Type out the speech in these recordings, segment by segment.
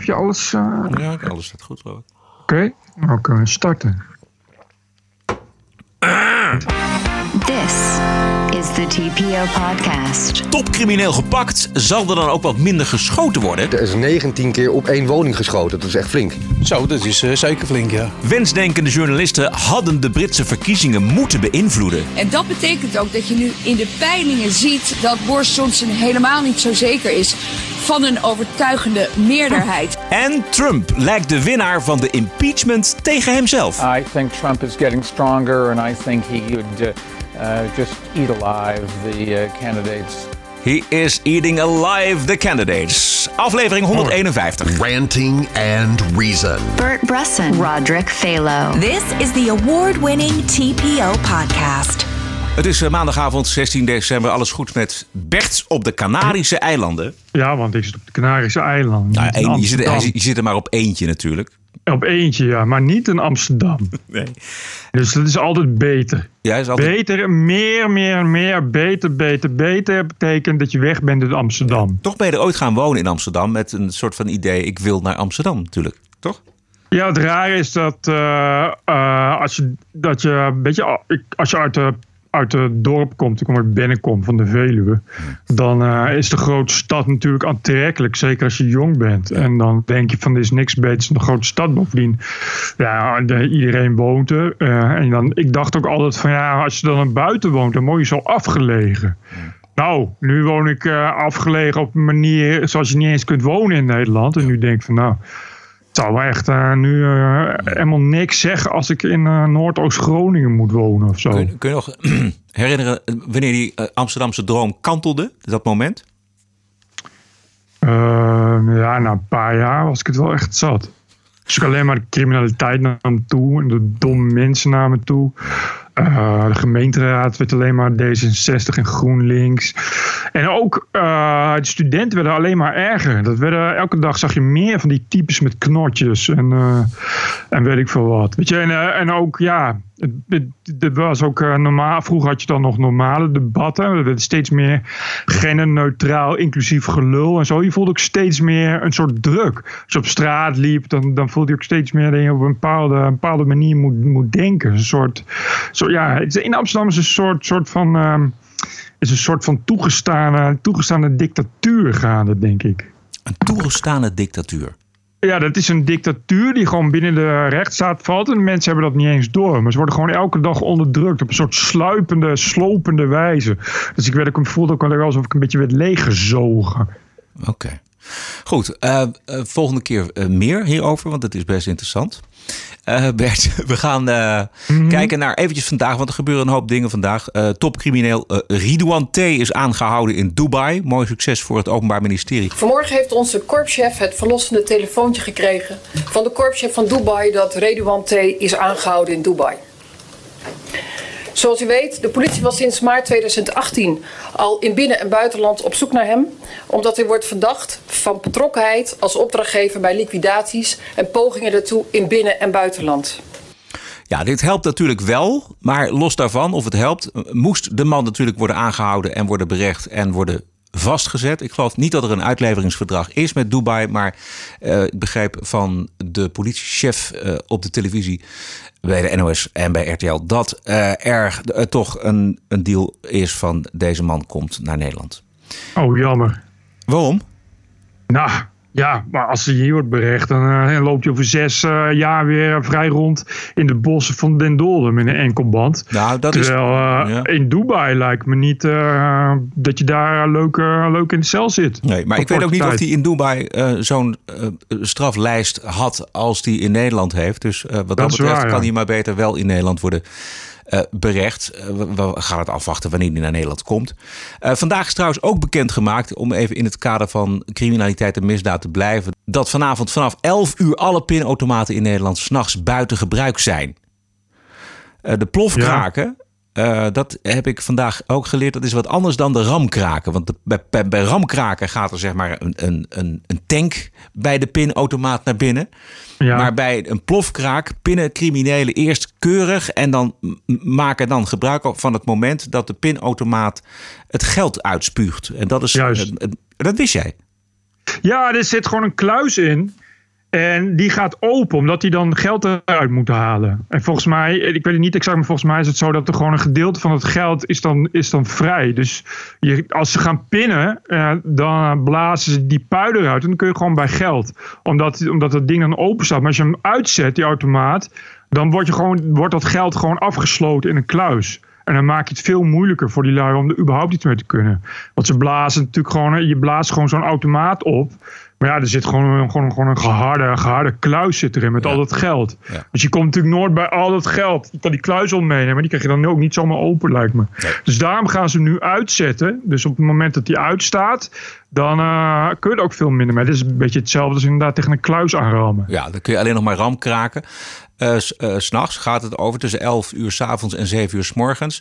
je alles? Ja, alles staat goed, geloof ik. Oké, dan kunnen we starten. This is the TPO podcast. Topcrimineel gepakt, zal er dan ook wat minder geschoten worden? Er is 19 keer op 1 woning geschoten. Dat is echt flink. Zo, dat is zeker flink, ja. Wensdenkende journalisten hadden de Britse verkiezingen moeten beïnvloeden. En dat betekent ook dat je nu in de peilingen ziet dat Boris Johnson helemaal niet zo zeker is van een overtuigende meerderheid. En Trump lijkt de winnaar van de impeachment tegen hemzelf. I think Trump is getting stronger and I think he would just eat alive the candidates. He is eating alive the candidates. Aflevering 151. Ranting and Reason. Bert Bresson, Roderick Phalo. This is the award-winning TPO podcast. Het is maandagavond 16 december. Alles goed met Bert op de Canarische eilanden. Ja, want ik zit op de Canarische eilanden. Nou, je zit er maar op eentje natuurlijk. Op eentje, ja, maar niet in Amsterdam. Nee. Dus dat is altijd beter. Ja, is altijd... Beter, meer, beter betekent dat je weg bent uit Amsterdam. Ja, toch ben je er ooit gaan wonen in Amsterdam met een soort van idee, ik wil naar Amsterdam natuurlijk, toch? Ja, het rare is dat als je uit het dorp komt, ik kom uit Bennekom van de Veluwe, dan is de grote stad natuurlijk aantrekkelijk, zeker als je jong bent. En dan denk je van, er is niks beters dan de grote stad. Bovendien, ja, iedereen woont er. Ik dacht ook altijd van, ja, als je dan naar buiten woont, dan word je zo afgelegen. Nou, nu woon ik afgelegen op een manier zoals je niet eens kunt wonen in Nederland. En nu denk ik van, nou, het zou wel echt nu helemaal niks zeggen als ik in Noordoost-Groningen moet wonen of zo. Kun je nog herinneren wanneer die Amsterdamse droom kantelde, dat moment? Ja, na een paar jaar was ik het wel echt zat. Dus ik alleen maar de criminaliteit naar me toe en de domme mensen naar me toe. De gemeenteraad werd alleen maar D66 en GroenLinks. En ook de studenten werden alleen maar erger. Elke dag zag je meer van die types met knotjes en weet ik veel wat. Weet je, en ook, ja, het was ook normaal. Vroeger had je dan nog normale debatten. Er werd steeds meer genderneutraal, inclusief gelul en zo. Je voelde ook steeds meer een soort druk. Als je op straat liep, dan voelde je ook steeds meer dat je op een bepaalde manier moet denken. Een soort in Amsterdam is een soort van toegestane dictatuur gaande, denk ik. Een toegestane dictatuur? Ja, dat is een dictatuur die gewoon binnen de rechtsstaat valt. En de mensen hebben dat niet eens door. Maar ze worden gewoon elke dag onderdrukt op een soort sluipende, slopende wijze. Dus ik voelde ook wel alsof ik een beetje werd leeggezogen. Oké. Goed, volgende keer meer hierover, want het is best interessant. Bert, we gaan kijken naar eventjes vandaag, want er gebeuren een hoop dingen vandaag. Topcrimineel Ridouan T. is aangehouden in Dubai. Mooi succes voor het Openbaar Ministerie. Vanmorgen heeft onze korpschef het verlossende telefoontje gekregen van de korpschef van Dubai dat Ridouan T. is aangehouden in Dubai. Zoals u weet, de politie was sinds maart 2018 al in binnen- en buitenland op zoek naar hem, omdat hij wordt verdacht van betrokkenheid als opdrachtgever bij liquidaties en pogingen daartoe in binnen- en buitenland. Ja, dit helpt natuurlijk wel, maar los daarvan of het helpt, moest de man natuurlijk worden aangehouden en worden berecht en worden vastgezet. Ik geloof niet dat er een uitleveringsverdrag is met Dubai, maar ik begreep van de politiechef op de televisie bij de NOS en bij RTL dat er toch een deal is van deze man komt naar Nederland. Oh, jammer. Waarom? Nou, ja, maar als hij hier wordt berecht, dan loopt hij over 6 jaar weer vrij rond in de bossen van Den Dolder met een enkelband. Nou, dat Terwijl in Dubai lijkt me niet dat je daar leuk in de cel zit. Nee, maar ik weet ook niet of hij in Dubai zo'n straflijst had als die in Nederland heeft. Dus wat dat betreft kan hij maar beter wel in Nederland worden berecht. We gaan het afwachten wanneer hij naar Nederland komt. Vandaag is trouwens ook bekendgemaakt, om even in het kader van criminaliteit en misdaad te blijven, dat vanavond vanaf 11 uur alle pinautomaten in Nederland 's nachts buiten gebruik zijn. De plofkraken, dat heb ik vandaag ook geleerd. Dat is wat anders dan de ramkraken. Want bij ramkraken gaat er zeg maar een tank bij de pinautomaat naar binnen. Ja. Maar bij een plofkraak pinnen criminelen eerst keurig en dan maken dan gebruik van het moment dat de pinautomaat het geld uitspuugt. En dat is, dat wist jij? Ja, er zit gewoon een kluis in. En die gaat open, omdat die dan geld eruit moet halen. En volgens mij, ik weet het niet exact, maar volgens mij is het zo dat er gewoon een gedeelte van het geld is dan vrij. Dus als ze gaan pinnen, dan blazen ze die pui eruit en dan kun je gewoon bij geld. Omdat het ding dan open staat. Maar als je hem uitzet, die automaat, dan wordt dat geld gewoon afgesloten in een kluis. En dan maak je het veel moeilijker voor die lui om er überhaupt iets mee te kunnen. Want ze blazen natuurlijk gewoon, je blaast gewoon zo'n automaat op. Maar ja, er zit gewoon een geharde kluis zit erin met al dat geld. Ja. Dus je komt natuurlijk nooit bij al dat geld. Je kan die kluis al meenemen, maar die krijg je dan ook niet zomaar open, lijkt me. Nee. Dus daarom gaan ze nu uitzetten. Dus op het moment dat die uitstaat, dan kun je er ook veel minder mee. Dat is een beetje hetzelfde als inderdaad tegen een kluis aanrammen. Ja, dan kun je alleen nog maar ram kraken. 's Nachts gaat het over tussen 11 uur 's avonds en 7 uur 's morgens.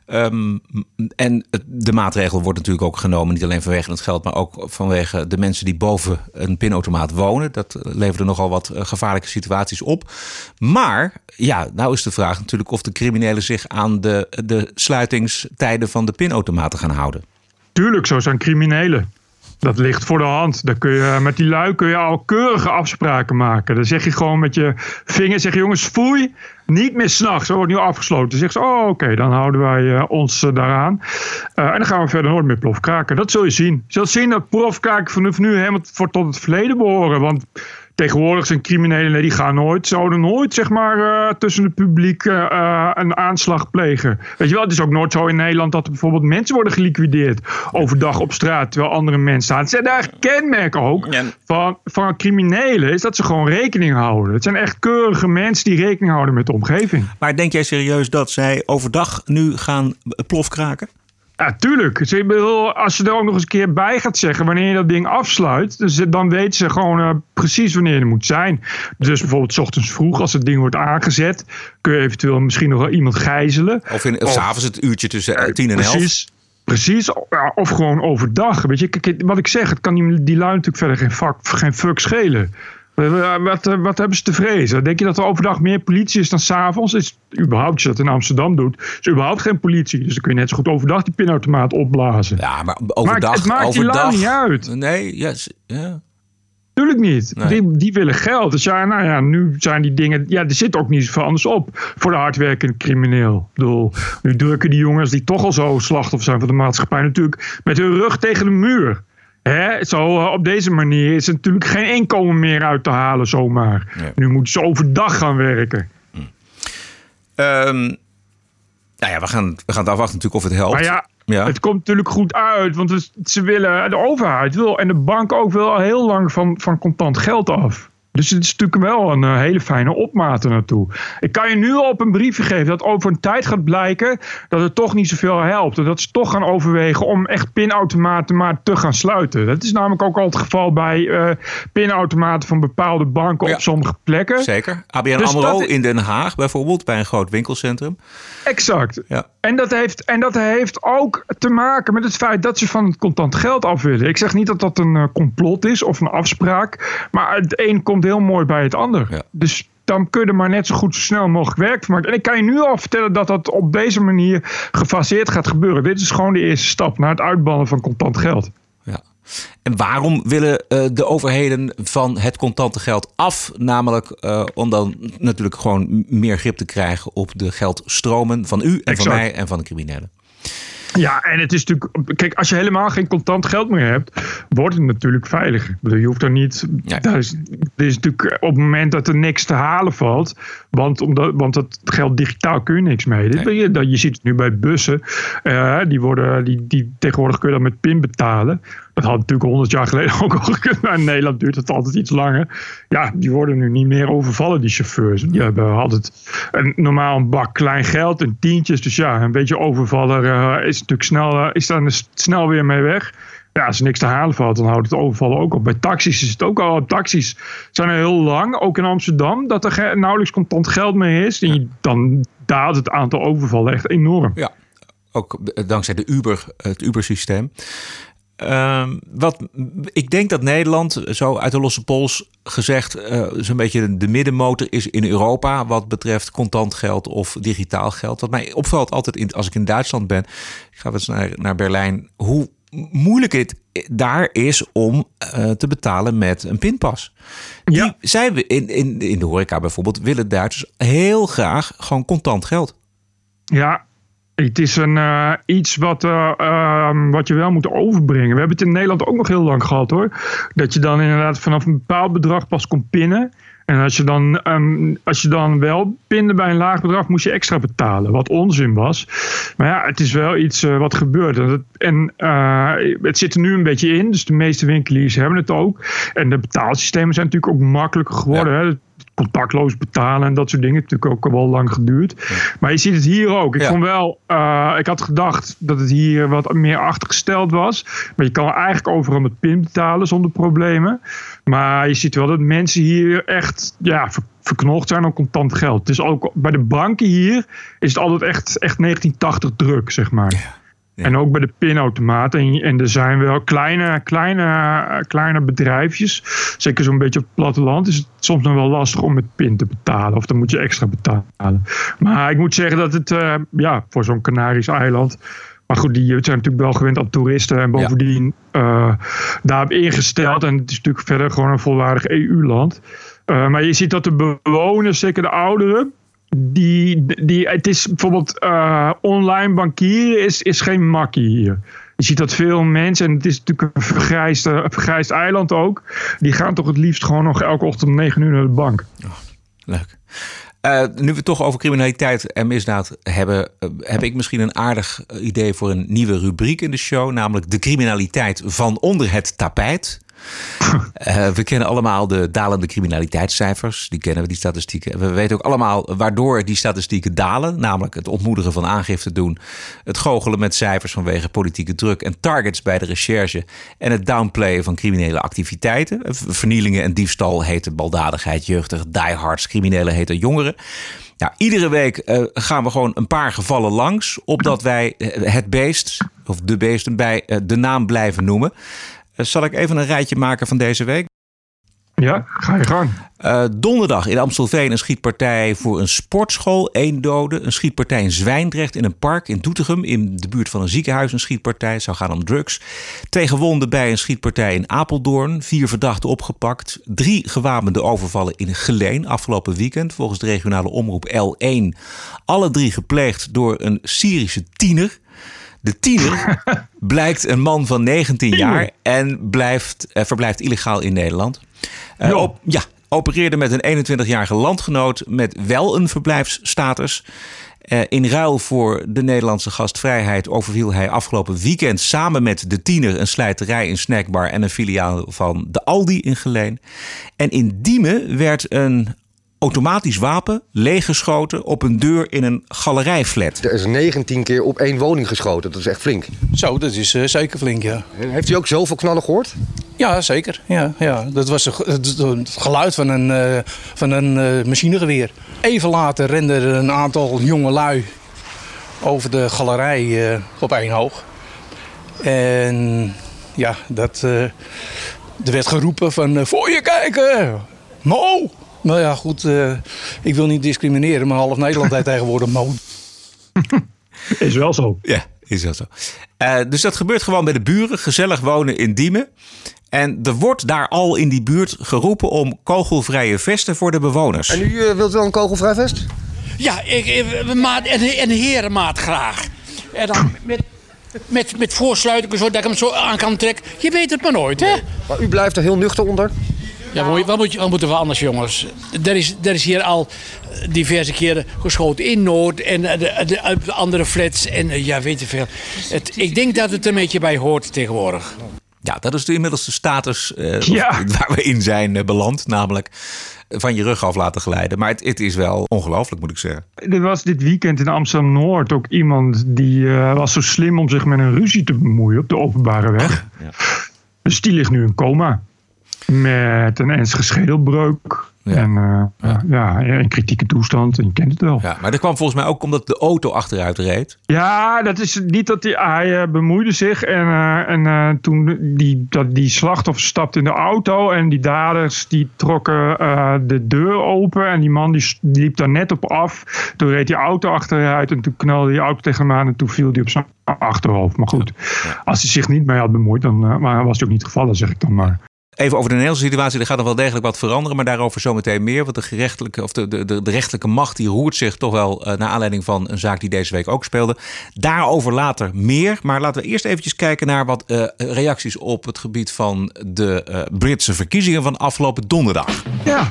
En de maatregel wordt natuurlijk ook genomen, niet alleen vanwege het geld, maar ook vanwege de mensen die boven een pinautomaat wonen. Dat leverde nogal wat gevaarlijke situaties op. Maar ja, nou is de vraag natuurlijk of de criminelen zich aan de sluitingstijden van de pinautomaten gaan houden. Tuurlijk, zo zijn criminelen. Dat ligt voor de hand. Met die lui kun je al keurige afspraken maken. Dan zeg je gewoon met je vinger, jongens, foei, niet meer 's nachts. Dat wordt nu afgesloten. Dan zeggen ze, oké, dan houden wij ons daaraan. En dan gaan we verder nooit meer plofkraken. Dat zul je zien. Je zult zien dat plofkraken vanaf nu helemaal tot het verleden behoren. Want tegenwoordig zijn criminelen, die zouden nooit zeg maar tussen het publiek een aanslag plegen. Weet je wel, het is ook nooit zo in Nederland dat er bijvoorbeeld mensen worden geliquideerd overdag op straat, terwijl andere mensen staan. Het zijn daar kenmerken ook van criminelen, is dat ze gewoon rekening houden. Het zijn echt keurige mensen die rekening houden met de omgeving. Maar denk jij serieus dat zij overdag nu gaan plofkraken? Ja, tuurlijk. Als je er ook nog eens een keer bij gaat zeggen wanneer je dat ding afsluit, dan weten ze gewoon precies wanneer het moet zijn. Dus bijvoorbeeld 's ochtends vroeg, als het ding wordt aangezet, kun je eventueel misschien nog wel iemand gijzelen. Of 's avonds het uurtje tussen 10 en 11. Precies. Of gewoon overdag. Weet je, kijk, wat ik zeg, het kan die lui natuurlijk verder geen fuck schelen. Wat hebben ze te vrezen? Denk je dat er overdag meer politie is dan 's avonds? Überhaupt, als je dat in Amsterdam doet, is überhaupt geen politie. Dus dan kun je net zo goed overdag die pinautomaat opblazen. Ja, maar overdag... Het maakt die lui niet uit. Nee, ja. Tuurlijk niet. Nee. Die willen geld. Dus nu zijn die dingen... Ja, er zit ook niet zoveel anders op voor de hardwerkende crimineel. Ik bedoel, nu drukken die jongens die toch al zo slachtoffer zijn van de maatschappij natuurlijk met hun rug tegen de muur. Op deze manier is er natuurlijk geen inkomen meer uit te halen zomaar. Ja. Nu moeten ze overdag gaan werken. We gaan het afwachten natuurlijk of het helpt. Maar het komt natuurlijk goed uit. Want de overheid wil en de bank ook wil al heel lang van contant geld af. Dus het is natuurlijk wel een hele fijne opmaat er naartoe. Ik kan je nu al op een briefje geven dat over een tijd gaat blijken dat het toch niet zoveel helpt. En dat ze toch gaan overwegen om echt pinautomaten maar te gaan sluiten. Dat is namelijk ook al het geval bij pinautomaten van bepaalde banken op sommige plekken. Zeker. ABN AMRO in Den Haag bijvoorbeeld, bij een groot winkelcentrum. Exact. Ja. En dat heeft ook te maken met het feit dat ze van het contant geld af willen. Ik zeg niet dat dat een complot is of een afspraak. Maar het een komt heel mooi bij het ander. Ja. Dus dan kun je er maar net zo goed zo snel mogelijk werk van maken. En ik kan je nu al vertellen dat dat op deze manier gefaseerd gaat gebeuren. Dit is gewoon de eerste stap naar het uitbannen van contant geld. Ja. En waarom willen de overheden van het contante geld af? Namelijk om dan natuurlijk gewoon meer grip te krijgen op de geldstromen van u en van mij en van de criminelen. Ja, en het is natuurlijk... Kijk, als je helemaal geen contant geld meer hebt, wordt het natuurlijk veiliger. Je hoeft er niet... Ja. Er is natuurlijk op het moment dat er niks te halen valt, want dat geld digitaal kun je niks mee. Nee. Je ziet het nu bij bussen. Die tegenwoordig kun je dat met PIN betalen. Dat had natuurlijk 100 jaar geleden ook al gekund. Maar in Nederland duurt het altijd iets langer. Ja, die worden nu niet meer overvallen, die chauffeurs. Die hebben altijd normaal een bak klein geld en tientjes. Dus ja, een beetje overvaller is natuurlijk snel weer mee weg. Ja, als er niks te halen valt, dan houdt het overvallen ook op. Bij taxis is het ook al. Taxis zijn er heel lang, ook in Amsterdam, dat er nauwelijks contant geld meer is. En dan daalt het aantal overvallen echt enorm. Ja, ook dankzij het Uber-systeem. Ik denk dat Nederland, zo uit de losse pols gezegd, zo'n beetje de middenmotor is in Europa wat betreft contant geld of digitaal geld. Wat mij opvalt altijd als ik in Duitsland ben, ik ga eens naar Berlijn, hoe moeilijk het daar is om te betalen met een pinpas. Zij in de horeca bijvoorbeeld willen Duitsers heel graag gewoon contant geld. Ja, het is iets wat je wel moet overbrengen. We hebben het in Nederland ook nog heel lang gehad hoor. Dat je dan inderdaad vanaf een bepaald bedrag pas kon pinnen. En als je dan wel pinde bij een laag bedrag, moest je extra betalen. Wat onzin was. Maar ja, het is wel iets wat gebeurt. Het zit er nu een beetje in. Dus de meeste winkeliers hebben het ook. En de betaalsystemen zijn natuurlijk ook makkelijker geworden. Ja. Hè? Contactloos betalen en dat soort dingen. Het heeft natuurlijk ook wel lang geduurd. Ja. Maar je ziet het hier ook. Ik had gedacht dat het hier wat meer achtergesteld was. Maar je kan eigenlijk overal met PIN betalen zonder problemen. Maar je ziet wel dat mensen hier echt verknocht zijn op contant geld. Het is ook bij de banken hier is het altijd echt 1980 druk, zeg maar. Ja. Ja. En ook bij de pinautomaten. En er zijn wel kleine bedrijfjes. Zeker zo'n beetje op het platteland is het soms nog wel lastig om met pin te betalen. Of dan moet je extra betalen. Maar ik moet zeggen dat het voor zo'n Canarisch eiland. Maar goed, die zijn natuurlijk wel gewend aan toeristen. En bovendien daarop ingesteld. En het is natuurlijk verder gewoon een volwaardig EU-land. Maar je ziet dat de bewoners, zeker de ouderen. Het is bijvoorbeeld online bankieren is geen makkie hier. Je ziet dat veel mensen, en het is natuurlijk een vergrijsd eiland ook. Die gaan toch het liefst gewoon nog elke ochtend om 9 uur naar de bank. Oh, leuk. Nu we het toch over criminaliteit en misdaad hebben, heb ik misschien een aardig idee voor een nieuwe rubriek in de show. Namelijk de criminaliteit van onder het tapijt. We kennen allemaal de dalende criminaliteitscijfers. Die kennen we, die statistieken. We weten ook allemaal waardoor die statistieken dalen. Namelijk het ontmoedigen van aangifte doen. Het goochelen met cijfers vanwege politieke druk en targets bij de recherche. En het downplayen van criminele activiteiten. Vernielingen en diefstal heten baldadigheid, jeugdig, diehards, criminelen heten jongeren. Nou, iedere week gaan we gewoon een paar gevallen langs. Opdat wij het beest, of de beesten, bij de naam blijven noemen. Zal ik even een rijtje maken van deze week? Ja, ga je gang. Donderdag in Amstelveen een schietpartij voor een sportschool. 1 dode. Een schietpartij in Zwijndrecht in een park in Doetinchem. In de buurt van een ziekenhuis een schietpartij. Het zou gaan om drugs. 2 gewonden bij een schietpartij in Apeldoorn. 4 verdachten opgepakt. 3 gewapende overvallen in Geleen afgelopen weekend. Volgens de regionale omroep L1. Alle 3 gepleegd door een Syrische tiener. De tiener blijkt een man van 19 jaar en verblijft illegaal in Nederland. Opereerde met een 21-jarige landgenoot met wel een verblijfsstatus. In ruil voor de Nederlandse gastvrijheid overviel hij afgelopen weekend samen met de tiener een slijterij, een snackbar en een filiaal van de Aldi in Geleen. En in Diemen werd een automatisch wapen leeggeschoten op een deur in een galerijflat. Er is 19 keer op 1 woning geschoten. Dat is echt flink. Zo, dat is zeker flink, ja. Heeft u ook zoveel knallen gehoord? Ja, zeker. Ja. Dat was het geluid van een machinegeweer. Even later renden er een aantal jonge lui over de galerij op 1 hoog. En ja, er werd geroepen van voor je kijken, Mo! Nou ja, goed, ik wil niet discrimineren, maar half Nederland heeft tegenwoordig Mo. Is wel zo. Ja, is wel zo. Dus dat gebeurt gewoon bij de buren, gezellig wonen in Diemen. En er wordt daar al in die buurt geroepen om kogelvrije vesten voor de bewoners. En u wilt wel een kogelvrij vest? Ja, een herenmaat graag. En dan met voorsluitingen zodat ik hem zo aan kan trekken. Je weet het maar nooit, hè? Maar u blijft er heel nuchter onder? Ja, wat moeten we anders, jongens? Er is hier al diverse keren geschoten in Noord en de andere flats en weet je veel. Ik denk dat het er een beetje bij hoort tegenwoordig. Ja, dat is inmiddels de status waar we in zijn beland, namelijk van je rug af laten glijden. Maar het is wel ongelooflijk, moet ik zeggen. Er was dit weekend in Amsterdam-Noord ook iemand die was zo slim om zich met een ruzie te bemoeien op de openbare weg. Ja. Dus die ligt nu in coma. Met een ernstige schedelbreuk. Ja. En in kritieke toestand. En je kent het wel. Ja, maar dat kwam volgens mij ook omdat de auto achteruit reed. Ja, dat is niet dat hij bemoeide zich. En toen die slachtoffer stapte in de auto. En die daders die trokken de deur open. En die man die liep daar net op af. Toen reed die auto achteruit. En toen knalde die auto tegen hem aan. En toen viel hij op zijn achterhoofd. Maar goed, als hij zich niet mee had bemoeid. Dan was hij ook niet gevallen, zeg ik dan maar. Even over de Nederlandse situatie. Er gaat nog wel degelijk wat veranderen. Maar daarover zometeen meer. Want de rechtelijke macht die roert zich toch wel naar aanleiding van een zaak die deze week ook speelde. Daarover later meer. Maar laten we eerst eventjes kijken naar wat reacties op het gebied van de Britse verkiezingen van afgelopen donderdag. Ja.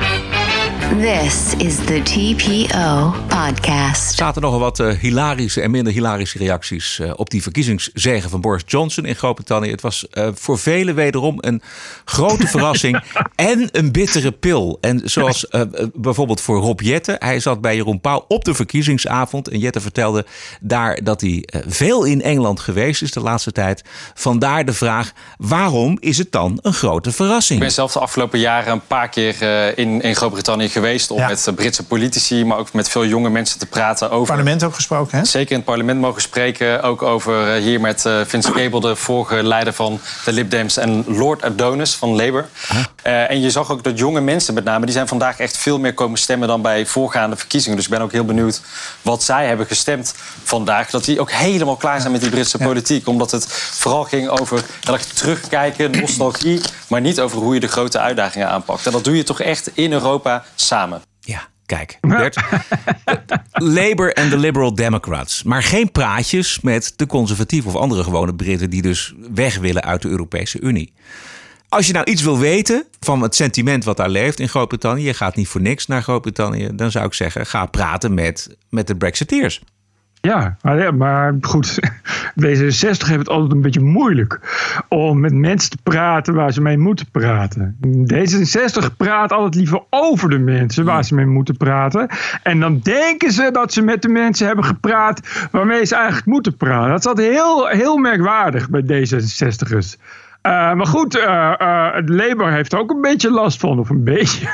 This is the TPO podcast. Er zaten nogal wat hilarische en minder hilarische reacties op die verkiezingszege van Boris Johnson in Groot-Brittannië. Het was voor velen wederom een grote verrassing en een bittere pil. En zoals bijvoorbeeld voor Rob Jetten. Hij zat bij Jeroen Pauw op de verkiezingsavond. En Jetten vertelde daar dat hij veel in Engeland geweest is de laatste tijd. Vandaar de vraag, waarom is het dan een grote verrassing? Ik ben zelf de afgelopen jaren een paar keer in Groot-Brittannië geweest om met Britse politici, maar ook met veel jonge mensen te praten over. Parlement ook gesproken, hè? Zeker in het parlement mogen spreken. Ook over hier met Vince Cable, de vorige leider van de Lib Dems, en Lord Adonis van Labour. En je zag ook dat jonge mensen met name, die zijn vandaag echt veel meer komen stemmen dan bij voorgaande verkiezingen. Dus ik ben ook heel benieuwd wat zij hebben gestemd vandaag. Dat die ook helemaal klaar zijn met die Britse politiek. Omdat het vooral ging over terugkijken, nostalgie, maar niet over hoe je de grote uitdagingen aanpakt. En dat doe je toch echt in Europa samen. Ja, kijk, Bert. Labour en de Liberal Democrats. Maar geen praatjes met de conservatieven of andere gewone Britten die dus weg willen uit de Europese Unie. Als je nou iets wil weten van het sentiment wat daar leeft in Groot-Brittannië, je gaat niet voor niks naar Groot-Brittannië, dan zou ik zeggen, ga praten met de Brexiteers. Ja, maar goed, D66 heeft het altijd een beetje moeilijk om met mensen te praten waar ze mee moeten praten. D66 praat altijd liever over de mensen waar ze mee moeten praten. En dan denken ze dat ze met de mensen hebben gepraat waarmee ze eigenlijk moeten praten. Dat is altijd heel merkwaardig bij D66'ers. Maar goed, het Labour heeft ook een beetje last van. Of een beetje.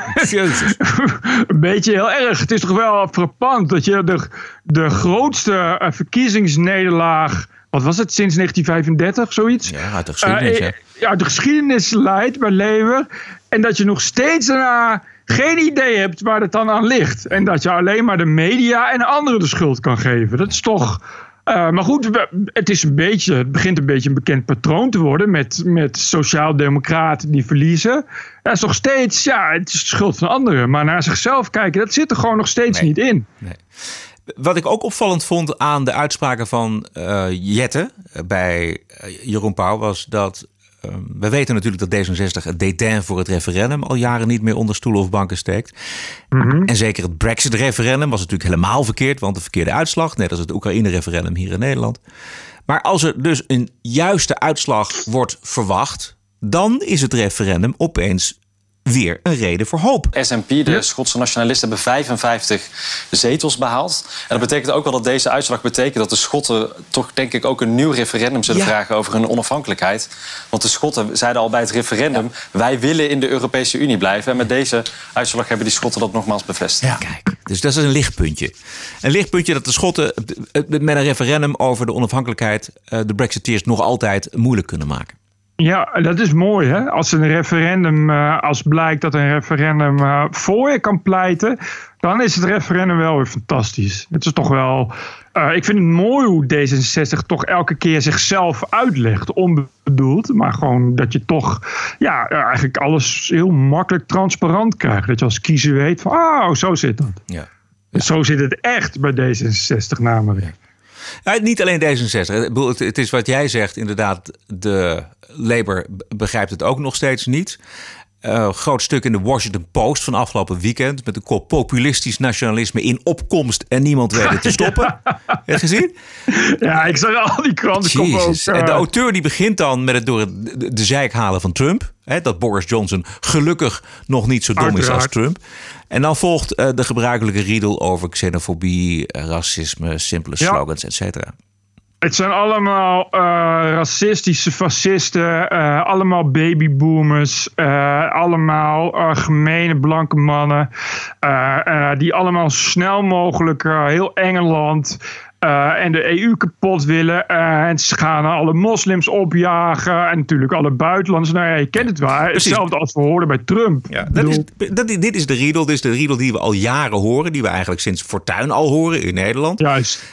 Een beetje heel erg. Het is toch wel frappant dat je de grootste verkiezingsnederlaag, wat was het, sinds 1935, zoiets? Ja, uit de geschiedenis. Uit de geschiedenis leidt bij Labour. En dat je nog steeds daarna geen idee hebt waar het dan aan ligt. En dat je alleen maar de media en anderen de schuld kan geven. Dat is toch. Maar goed, het begint een beetje een bekend patroon te worden met sociaaldemocraten die verliezen. Dat is nog steeds, het is de schuld van anderen. Maar naar zichzelf kijken, dat zit er gewoon nog steeds niet in. Nee. Wat ik ook opvallend vond aan de uitspraken van Jetten bij Jeroen Pauw was dat. We weten natuurlijk dat D66 het dédain voor het referendum al jaren niet meer onder stoelen of banken steekt. Mm-hmm. En zeker het Brexit-referendum was natuurlijk helemaal verkeerd, want de verkeerde uitslag, net als het Oekraïne-referendum hier in Nederland. Maar als er dus een juiste uitslag wordt verwacht, dan is het referendum opeens weer een reden voor hoop. SNP, de Schotse nationalisten, hebben 55 zetels behaald. En dat betekent ook wel dat deze uitslag betekent dat de Schotten toch denk ik ook een nieuw referendum zullen vragen over hun onafhankelijkheid. Want de Schotten zeiden al bij het referendum, wij willen in de Europese Unie blijven. En met deze uitslag hebben die Schotten dat nogmaals bevestigd. Ja, kijk. Dus dat is een lichtpuntje. Een lichtpuntje dat de Schotten met een referendum over de onafhankelijkheid de Brexiteers nog altijd moeilijk kunnen maken. Ja, dat is mooi, hè? Als blijkt dat een referendum voor je kan pleiten, dan is het referendum wel weer fantastisch. Het is toch wel. Ik vind het mooi hoe D66 toch elke keer zichzelf uitlegt, onbedoeld, maar gewoon dat je toch eigenlijk alles heel makkelijk transparant krijgt. Dat je als kiezer weet van, zo zit dat. Ja. Zo zit het echt bij D66 namelijk. Ja, niet alleen D66. Het is wat jij zegt, inderdaad. De Labour begrijpt het ook nog steeds niet. Groot stuk in de Washington Post van afgelopen weekend met de kop populistisch nationalisme in opkomst en niemand weet het te stoppen. Heb je gezien? Ja, ik zag al die krantenkoppen ook. En de auteur die begint dan met het door de zeik halen van Trump. Hè, dat Boris Johnson gelukkig nog niet zo dom is als Trump. En dan volgt de gebruikelijke riedel over xenofobie, racisme, simpele slogans, et cetera. Het zijn allemaal racistische fascisten, allemaal babyboomers, allemaal gemene blanke mannen, die allemaal snel mogelijk heel Engeland en de EU kapot willen. En ze gaan alle moslims opjagen en natuurlijk alle buitenlanders. Nou ja, je kent het wel. Hetzelfde als we hoorden bij Trump. Ja, dit is de riedel. Dit is de riedel die we al jaren horen. Die we eigenlijk sinds Fortuyn al horen in Nederland. Juist.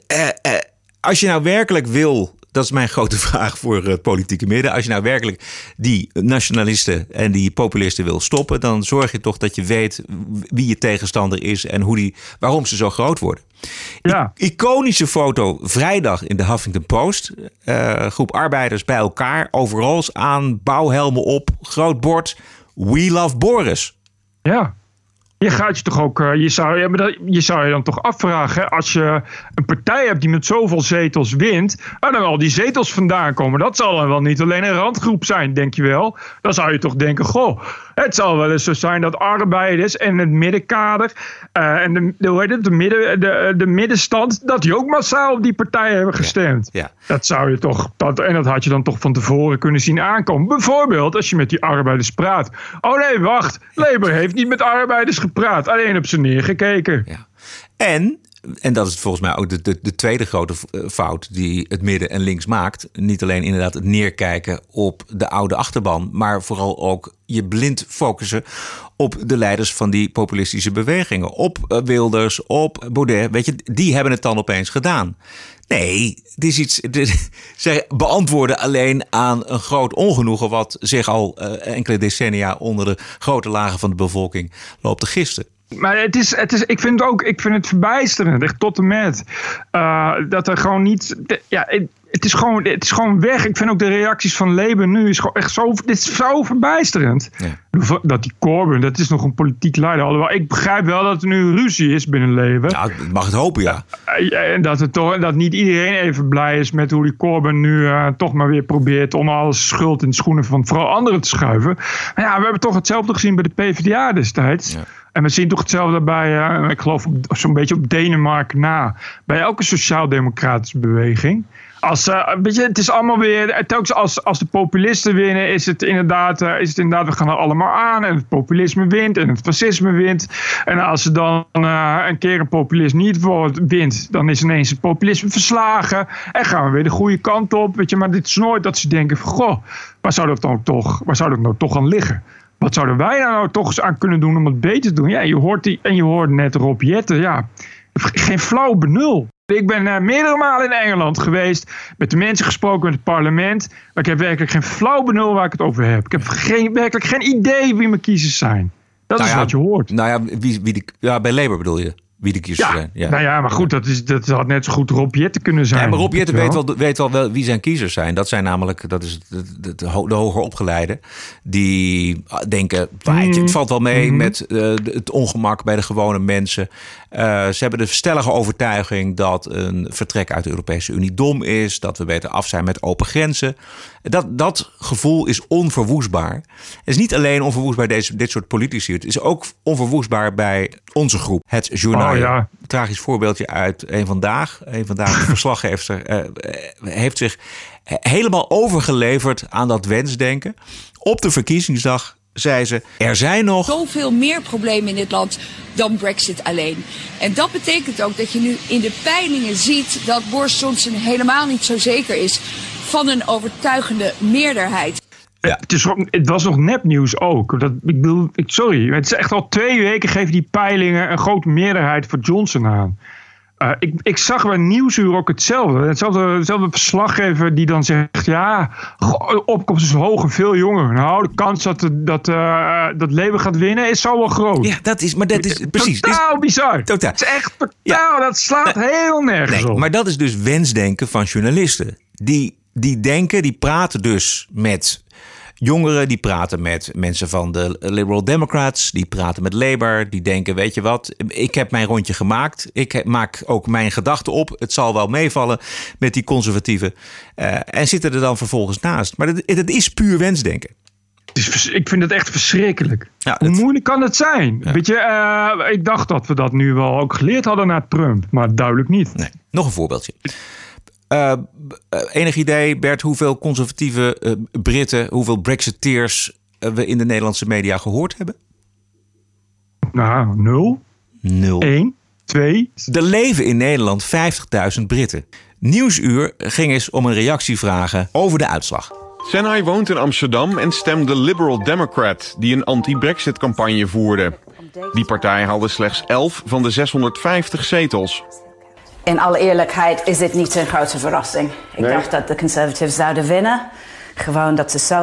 Als je nou werkelijk wil... Dat is mijn grote vraag voor het politieke midden. Als je nou werkelijk die nationalisten en die populisten wil stoppen... dan zorg je toch dat je weet wie je tegenstander is... en waarom ze zo groot worden. Ja. Iconische foto vrijdag in de Huffington Post. Groep arbeiders bij elkaar. Overals aan, bouwhelmen op, groot bord. We love Boris. Ja. Je gaat je toch ook, je zou je dan toch afvragen, als je een partij hebt die met zoveel zetels wint, waar dan al die zetels vandaan komen. Dat zal dan wel niet alleen een randgroep zijn, denk je wel. Dan zou je toch denken, het zal wel eens zo zijn dat arbeiders en het middenkader en de middenstand, dat die ook massaal op die partij hebben gestemd. Ja. Dat zou je toch, en dat had je dan toch van tevoren kunnen zien aankomen. Bijvoorbeeld als je met die arbeiders praat. Oh nee, wacht, Labour heeft niet met arbeiders gepraat, alleen op ze neergekeken. Ja. En dat is volgens mij ook de tweede grote fout die het midden en links maakt. Niet alleen inderdaad het neerkijken op de oude achterban, maar vooral ook je blind focussen op de leiders van die populistische bewegingen. Op Wilders, op Baudet. Weet je, die hebben het dan opeens gedaan. Nee, het is iets. Zij beantwoorden alleen aan een groot ongenoegen wat zich al enkele decennia onder de grote lagen van de bevolking loopt te gisten. Maar ik vind het verbijsterend, echt tot en met. Dat er gewoon niet. Het is gewoon weg. Ik vind ook de reacties van Labour nu is gewoon echt zo. Dit is zo verbijsterend. Ja. Dat die Corbyn, dat is nog een politiek leider. Alhoewel, ik begrijp wel dat er nu ruzie is binnen Labour. Ja, ik mag het hopen, ja. En dat niet iedereen even blij is met hoe die Corbyn nu toch maar weer probeert om alles schuld in de schoenen van vooral anderen te schuiven. Maar ja, we hebben toch hetzelfde gezien bij de PvdA destijds. Ja. En we zien toch hetzelfde bij, ik geloof zo'n beetje op Denemarken na. Bij elke sociaal-democratische beweging. Het is allemaal weer, telkens als de populisten winnen, is het inderdaad, we gaan er allemaal aan. En het populisme wint en het fascisme wint. En als er dan een keer een populist niet wint, dan is ineens het populisme verslagen. En gaan we weer de goede kant op. Weet je, maar dit is nooit dat ze denken van, waar zou dat nou toch aan liggen? Wat zouden wij nou toch eens aan kunnen doen om het beter te doen? Ja, je hoort net Rob Jetten. Ja, geen flauw benul. Ik ben meerdere malen in Engeland geweest. Met de mensen gesproken in het parlement. Maar ik heb werkelijk geen flauw benul waar ik het over heb. Ik heb werkelijk geen idee wie mijn kiezers zijn. Dat is wat je hoort. Nou ja, bij Labour bedoel je? Wie de kiezers zijn. Ja. Nou ja, maar goed, dat had net zo goed Rob Jetten kunnen zijn. Ja, maar Rob Jetten weet wel wie zijn kiezers zijn. Dat zijn namelijk, de hoger opgeleiden. Die denken, het valt wel mee met het ongemak bij de gewone mensen. Ze hebben de stellige overtuiging dat een vertrek uit de Europese Unie dom is. Dat we beter af zijn met open grenzen. Dat gevoel is onverwoestbaar. Het is niet alleen onverwoestbaar bij dit soort politici. Het is ook onverwoestbaar bij onze groep. Het journaal. Tragisch voorbeeldje uit Eén Vandaag. Eén Vandaag, de verslaggever, heeft zich helemaal overgeleverd aan dat wensdenken. Op de verkiezingsdag zei ze, er zijn nog zoveel meer problemen in dit land dan Brexit alleen. En dat betekent ook dat je nu in de peilingen ziet dat Boris Johnson helemaal niet zo zeker is van een overtuigende meerderheid. Ja. Het was nog nepnieuws ook. Sorry, het is echt al 2 weken geven die peilingen een grote meerderheid voor Johnson aan. Ik zag bij Nieuwsuur ook hetzelfde. Hetzelfde verslaggever die dan zegt, opkomst is hoog en veel jonger. Nou, de kans dat Labour gaat winnen is zo wel groot. Ja, dat is precies. Totaal bizar. Totaal. Het is echt totaal, dat slaat heel nergens op. Maar dat is dus wensdenken van journalisten. Die denken, die praten dus met jongeren, die praten met mensen van de Liberal Democrats, die praten met Labour, die denken, weet je wat, ik heb mijn rondje gemaakt, ik maak ook mijn gedachten op, het zal wel meevallen met die conservatieven en zitten er dan vervolgens naast. Maar het is puur wensdenken. Ik vind het echt verschrikkelijk. Ja, hoe moeilijk kan het zijn? Ja. Weet je, ik dacht dat we dat nu wel ook geleerd hadden na Trump, maar duidelijk niet. Nee. Nog een voorbeeldje. Enig idee, Bert, hoeveel conservatieve Britten, hoeveel Brexiteers we in de Nederlandse media gehoord hebben? Nou, 0. 1, 2. Er leven in Nederland 50.000 Britten. Nieuwsuur ging eens om een reactie vragen over de uitslag. Senai woont in Amsterdam en stemde Liberal Democrat, die een anti-Brexit-campagne voerde. Die partij haalde slechts 11 van de 650 zetels. In alle eerlijkheid is dit niet een grote verrassing. Ik dacht dat de Conservatives zouden winnen. Gewoon dat er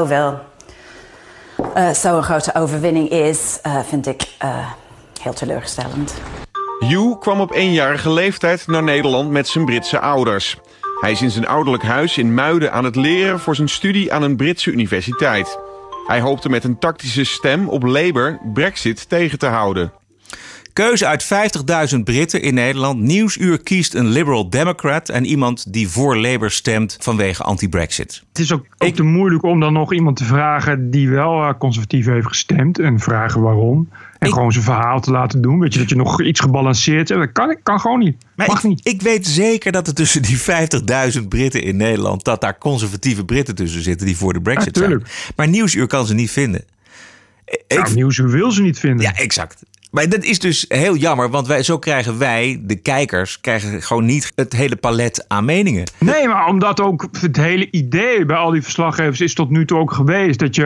zo'n grote overwinning is, vind ik heel teleurstellend. Hugh kwam op 1-jarige leeftijd naar Nederland met zijn Britse ouders. Hij is in zijn ouderlijk huis in Muiden aan het leren voor zijn studie aan een Britse universiteit. Hij hoopte met een tactische stem op Labour Brexit tegen te houden. Keuze uit 50.000 Britten in Nederland. Nieuwsuur kiest een Liberal Democrat en iemand die voor Labour stemt vanwege anti-Brexit. Het is ook te moeilijk om dan nog iemand te vragen die wel conservatief heeft gestemd en vragen waarom. En gewoon zijn verhaal te laten doen. Weet je, dat je nog iets gebalanceerd hebt. Dat kan gewoon niet. Mag niet. Ik weet zeker dat er tussen die 50.000 Britten in Nederland, dat daar conservatieve Britten tussen zitten die voor de Brexit zijn. Maar Nieuwsuur kan ze niet vinden. Nieuwsuur wil ze niet vinden. Ja, exact. Maar dat is dus heel jammer, want zo krijgen wij, de kijkers, gewoon niet het hele palet aan meningen. Nee, maar omdat ook het hele idee bij al die verslaggevers is tot nu toe ook geweest dat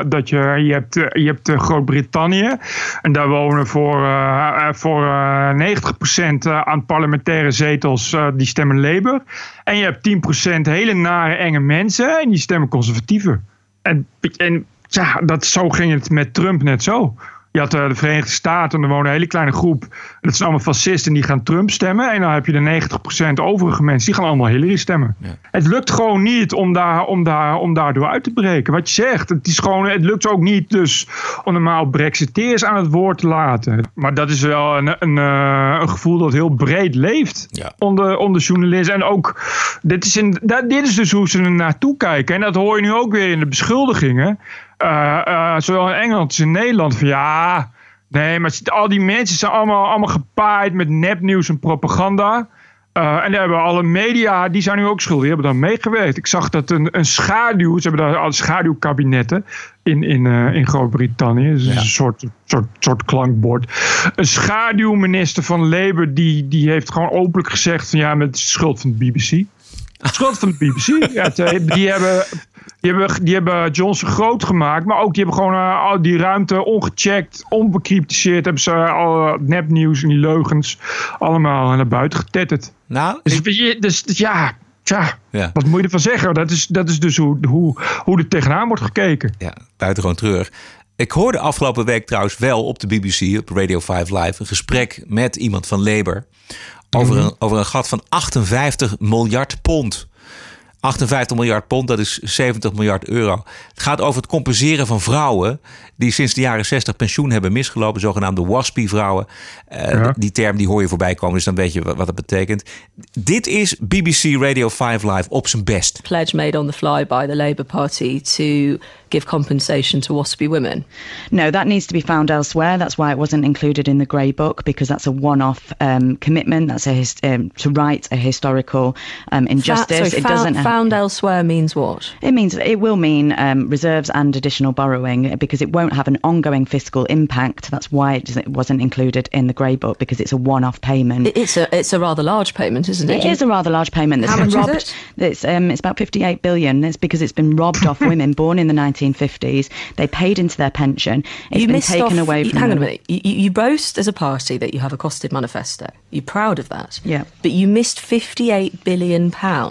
je hebt Groot-Brittannië en daar wonen voor 90% aan parlementaire zetels die stemmen Labour. En je hebt 10% hele nare enge mensen en die stemmen conservatieven. En ja, zo ging het met Trump net zo. Je had de Verenigde Staten en er wonen een hele kleine groep. Dat zijn allemaal fascisten die gaan Trump stemmen. En dan heb je de 90% overige mensen die gaan allemaal Hillary stemmen. Ja. Het lukt gewoon niet om daardoor uit te breken. Wat je zegt, het lukt ook niet dus om normaal Brexiteers aan het woord te laten. Maar dat is wel een gevoel dat heel breed leeft onder journalisten. En ook, dit is dus hoe ze er naartoe kijken. En dat hoor je nu ook weer in de beschuldigingen. Zowel in Engeland als in Nederland. Van maar al die mensen zijn allemaal gepaaid met nepnieuws en propaganda. En daar hebben alle media, die zijn nu ook schuldig. Die hebben daar meegewerkt. Ik zag dat een schaduw, ze hebben daar al schaduwkabinetten in Groot-Brittannië. Dus een soort klankbord. Een schaduwminister van Labour, die heeft gewoon openlijk gezegd van met de schuld van de BBC. Schuld van de BBC. Ja, die hebben Johnson groot gemaakt. Maar ook die hebben gewoon al die ruimte ongecheckt, onbecryptiseerd. Hebben ze al nepnieuws en die leugens allemaal naar buiten getetterd. Nou, wat moet je ervan zeggen? Dat is dus hoe er tegenaan wordt gekeken. Ja, buitengewoon treurig. Ik hoorde afgelopen week trouwens wel op de BBC, op Radio 5 Live, een gesprek met iemand van Labour over een gat van 58 miljard pond. 58 miljard pond, dat is 70 miljard euro. Het gaat over het compenseren van vrouwen die sinds de jaren 60 pensioen hebben misgelopen, zogenaamde WASPI-vrouwen. Die term die hoor je voorbij komen, dus dan weet je wat het betekent. Dit is BBC Radio 5 Live op zijn best. Pledge made on the fly by the Labour Party to give compensation to WASPI women. No, that needs to be found elsewhere. That's why it wasn't included in the Grey Book, because that's a one-off commitment. That's to right a historical injustice. Found elsewhere means what? It will mean reserves and additional borrowing, because it won't have an ongoing fiscal impact. That's why it wasn't included in the Grey Book, because it's a one-off payment. It's a rather large payment, isn't it? It is a rather large payment. That's How much robbed. Is it? It's about 58 billion. It's because it's been robbed off women born in the 1950s. They paid into their pension. It's been taken away from them. Hang on a minute. You boast as a party that you have a costed manifesto. You're proud of that. Yeah. But you missed £58 billion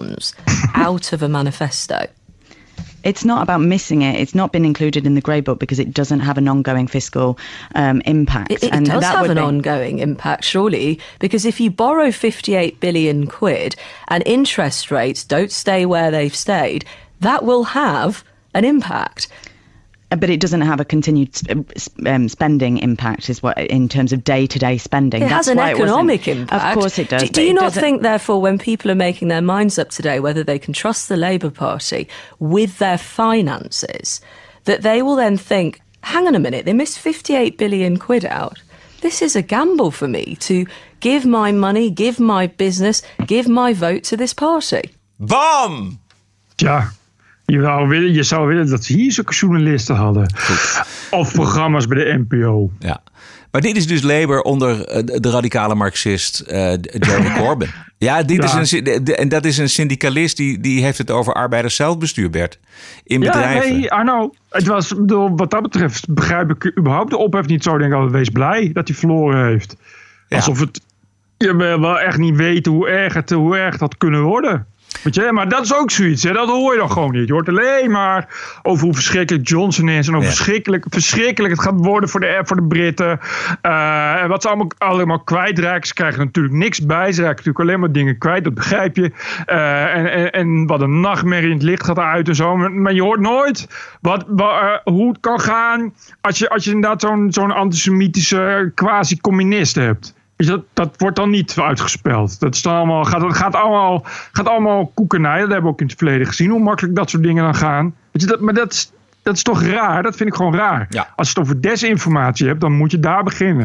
out of a manifesto. It's not about missing it. It's not been included in the Grey Book because it doesn't have an ongoing fiscal impact. It does have an ongoing impact, surely, because if you borrow 58 billion quid and interest rates don't stay where they've stayed, that will have an impact. But it doesn't have a continued spending impact, is what in terms of day-to-day spending. It has an economic impact. Of course it does. Do you not think, therefore, when people are making their minds up today whether they can trust the Labour Party with their finances, that they will then think, hang on a minute, they missed 58 billion quid out. This is a gamble for me to give my money, give my business, give my vote to this party. Bam! Ja, je zou willen dat ze hier zulke journalisten hadden. Goed. Of programma's bij de NPO. Ja. Maar dit is dus Labour onder de radicale marxist Jeremy Corbyn. Ja, dat is een syndicalist die heeft het over arbeiderszelfbestuur, Bert. In bedrijven. Ja, nee, Arno. Het was, wat dat betreft begrijp ik überhaupt de ophef niet zo. Denk ik altijd, wees blij dat hij verloren heeft. Ja. Alsof je wel echt niet weet hoe erg het had kunnen worden. Weet je, maar dat is ook zoiets. Hè? Dat hoor je dan gewoon niet. Je hoort alleen maar over hoe verschrikkelijk Johnson is. En hoe verschrikkelijk het gaat worden voor de Britten. En wat ze allemaal kwijtraken. Ze krijgen natuurlijk niks bij. Ze raken natuurlijk alleen maar dingen kwijt. Dat begrijp je. En wat een nachtmerrie in het licht gaat uit en zo. Maar je hoort nooit hoe het kan gaan als je inderdaad zo'n antisemitische quasi-communist hebt. Dat wordt dan niet uitgespeld. Dat is dan allemaal, gaat allemaal koekenij. Dat hebben we ook in het verleden gezien. Hoe makkelijk dat soort dingen dan gaan. Weet je, maar dat is toch raar? Dat vind ik gewoon raar. Ja. Als je het over desinformatie hebt, dan moet je daar beginnen.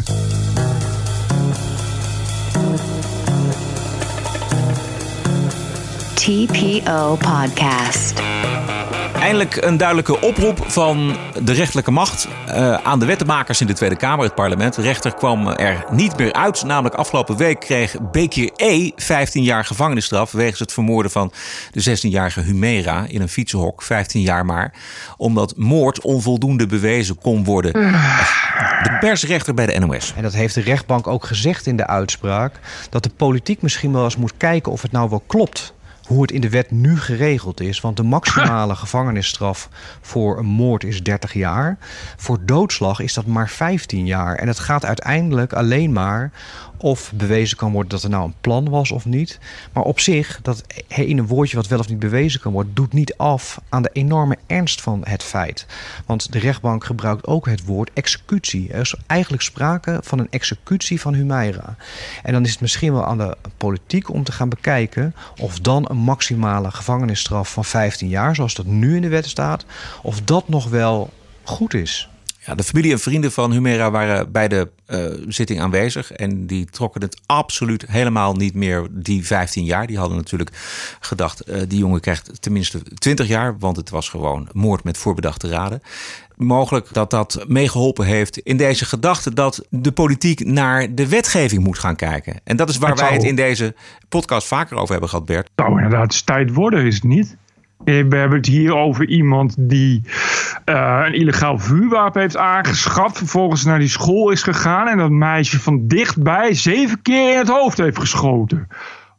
TPO Podcast. Eindelijk een duidelijke oproep van de rechterlijke macht aan de wettenmakers in de Tweede Kamer, het parlement. De rechter kwam er niet meer uit. Namelijk afgelopen week kreeg Bekir E. 15 jaar gevangenisstraf wegens het vermoorden van de 16-jarige Humera in een fietsenhok. 15 jaar maar. Omdat moord onvoldoende bewezen kon worden. De persrechter bij de NOS. En dat heeft de rechtbank ook gezegd in de uitspraak. Dat de politiek misschien wel eens moet kijken of het nou wel klopt hoe het in de wet nu geregeld is. Want de maximale gevangenisstraf voor een moord is 30 jaar. Voor doodslag is dat maar 15 jaar. En het gaat uiteindelijk alleen maar of bewezen kan worden dat er nou een plan was of niet. Maar op zich, dat in een woordje wat wel of niet bewezen kan worden, doet niet af aan de enorme ernst van het feit. Want de rechtbank gebruikt ook het woord executie. Er is eigenlijk sprake van een executie van Humera. En dan is het misschien wel aan de politiek om te gaan bekijken of dan een maximale gevangenisstraf van 15 jaar, zoals dat nu in de wet staat, of dat nog wel goed is. Ja, de familie en vrienden van Humera waren bij de zitting aanwezig. En die trokken het absoluut helemaal niet meer, die 15 jaar. Die hadden natuurlijk gedacht, die jongen krijgt tenminste 20 jaar. Want het was gewoon moord met voorbedachte raden. Mogelijk dat dat meegeholpen heeft in deze gedachte dat de politiek naar de wetgeving moet gaan kijken. En dat is waar wij het in deze podcast vaker over hebben gehad, Bert. Nou, inderdaad, is tijd worden, is het niet? We hebben het hier over iemand die een illegaal vuurwapen heeft aangeschaft. Vervolgens naar die school is gegaan en dat meisje van dichtbij 7 keer in het hoofd heeft geschoten.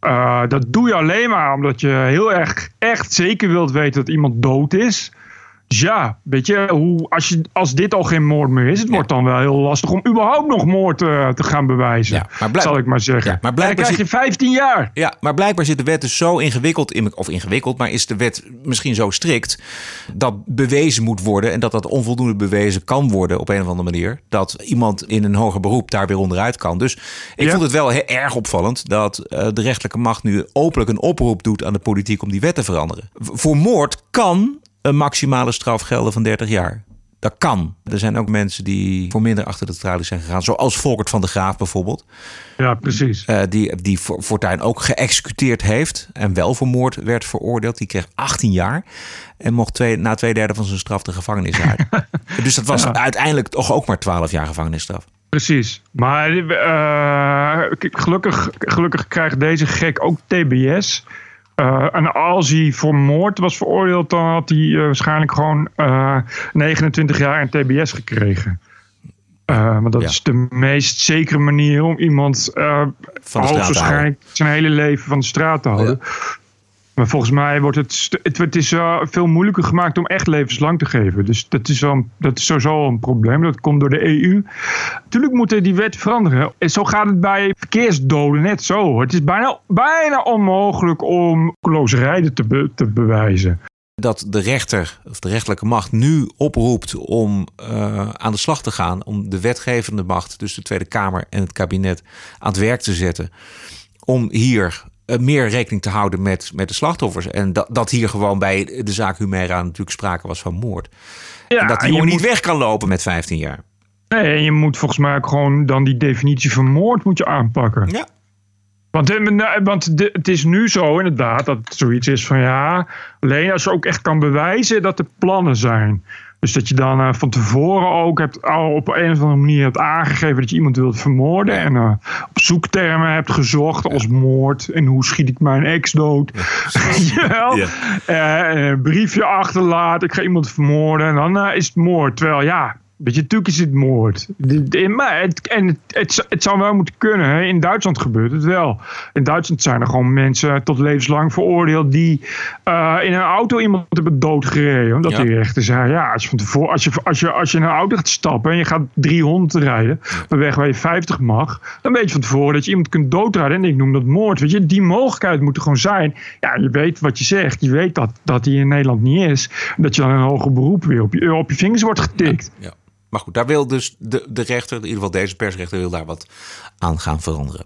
Dat doe je alleen maar omdat je heel erg echt zeker wilt weten dat iemand dood is. Dus ja, weet je, als dit al geen moord meer is, het wordt dan wel heel lastig om überhaupt nog moord te gaan bewijzen. Ja, maar zal ik maar zeggen. Ja, maar dan krijg je 15 jaar. Ja, maar blijkbaar zit de wet dus zo ingewikkeld, maar is de wet misschien zo strikt dat bewezen moet worden en dat onvoldoende bewezen kan worden op een of andere manier. Dat iemand in een hoger beroep daar weer onderuit kan. Dus ik vond het wel heel erg opvallend dat de rechterlijke macht nu openlijk een oproep doet aan de politiek om die wet te veranderen. Voor moord kan een maximale straf gelden van 30 jaar. Dat kan. Er zijn ook mensen die voor minder achter de tralies zijn gegaan. Zoals Volkert van de Graaf bijvoorbeeld. Ja, precies. Die Fortuyn ook geëxecuteerd heeft. En wel voor moord werd veroordeeld. Die kreeg 18 jaar. En mocht na 2/3 van zijn straf de gevangenis uit. Dus dat was uiteindelijk toch ook maar 12 jaar gevangenisstraf. Precies. Maar gelukkig krijgt deze gek ook TBS. En als hij voor moord was veroordeeld, dan had hij waarschijnlijk gewoon 29 jaar en TBS gekregen. Maar dat is de meest zekere manier om iemand waarschijnlijk zijn hele leven van de straat te houden. Ja. Maar volgens mij wordt het is veel moeilijker gemaakt om echt levenslang te geven. Dus dat is sowieso een probleem. Dat komt door de EU. Natuurlijk moet die wet veranderen. En zo gaat het bij verkeersdoden net zo. Het is bijna onmogelijk om klakkeloos rijden te bewijzen. Dat de rechter of de rechterlijke macht nu oproept om aan de slag te gaan, om de wetgevende macht, dus de Tweede Kamer en het kabinet, aan het werk te zetten. Om hier meer rekening te houden met de slachtoffers. En dat hier gewoon bij de zaak Humera natuurlijk sprake was van moord. Ja, en dat die jongen niet weg kan lopen met 15 jaar. Nee, en je moet volgens mij ook gewoon dan die definitie van moord moet je aanpakken. Ja. Want het is nu zo inderdaad dat het zoiets is van alleen als je ook echt kan bewijzen dat er plannen zijn. Dus dat je dan van tevoren ook op een of andere manier hebt aangegeven dat je iemand wilt vermoorden. En op zoektermen hebt gezocht als moord. En hoe schiet ik mijn ex dood? Een briefje achterlaat. Ik ga iemand vermoorden. En dan is het moord. Terwijl natuurlijk is het moord. Het zou wel moeten kunnen. Hè? In Duitsland gebeurt het wel. In Duitsland zijn er gewoon mensen tot levenslang veroordeeld die in een auto iemand hebben doodgereden. Omdat die rechter zei, als je in een auto gaat stappen en je gaat 300 rijden, op een weg waar je 50 mag, dan weet je van tevoren dat je iemand kunt doodrijden. En ik noem dat moord. Weet je? Die mogelijkheid moet er gewoon zijn. Ja, je weet wat je zegt. Je weet dat die in Nederland niet is. Dat je dan een hoger beroep weer op je vingers wordt getikt. Ja. Maar goed, daar wil dus de rechter, in ieder geval deze persrechter, wil daar wat aan gaan veranderen.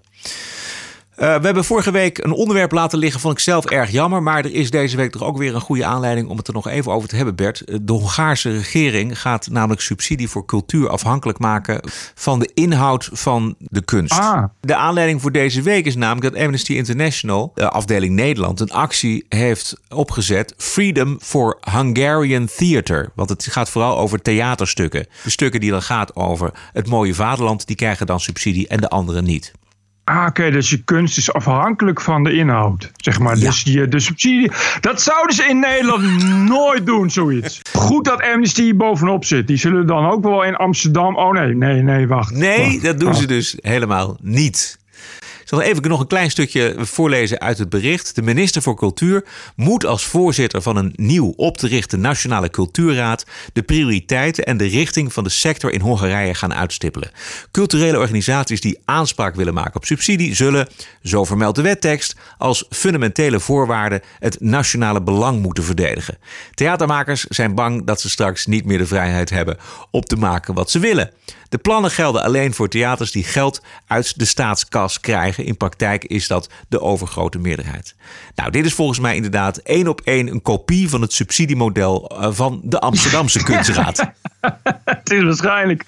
We hebben vorige week een onderwerp laten liggen, vond ik zelf erg jammer. Maar er is deze week toch ook weer een goede aanleiding om het er nog even over te hebben, Bert. De Hongaarse regering gaat namelijk subsidie voor cultuur afhankelijk maken van de inhoud van de kunst. De aanleiding voor deze week is namelijk dat Amnesty International, afdeling Nederland, een actie heeft opgezet. Freedom for Hungarian Theater. Want het gaat vooral over theaterstukken. De stukken die dan gaat over het mooie vaderland, die krijgen dan subsidie en de anderen niet. Oké, dus je kunst is afhankelijk van de inhoud, zeg maar. Ja. Dus de subsidie, dat zouden ze in Nederland nooit doen, zoiets. Goed dat Amnesty hier bovenop zit. Die zullen dan ook wel in Amsterdam... Oh nee, wacht. Nee, dat doen ze dus helemaal niet. Ik zal even nog een klein stukje voorlezen uit het bericht. De minister voor Cultuur moet als voorzitter van een nieuw op te richten Nationale Cultuurraad de prioriteiten en de richting van de sector in Hongarije gaan uitstippelen. Culturele organisaties die aanspraak willen maken op subsidie zullen, zo vermeldt de wettekst, als fundamentele voorwaarde het nationale belang moeten verdedigen. Theatermakers zijn bang dat ze straks niet meer de vrijheid hebben om te maken wat ze willen. De plannen gelden alleen voor theaters die geld uit de staatskas krijgen. In praktijk is dat de overgrote meerderheid. Nou, dit is volgens mij inderdaad 1 op 1 een kopie van het subsidiemodel van de Amsterdamse Kunstraad. Het is waarschijnlijk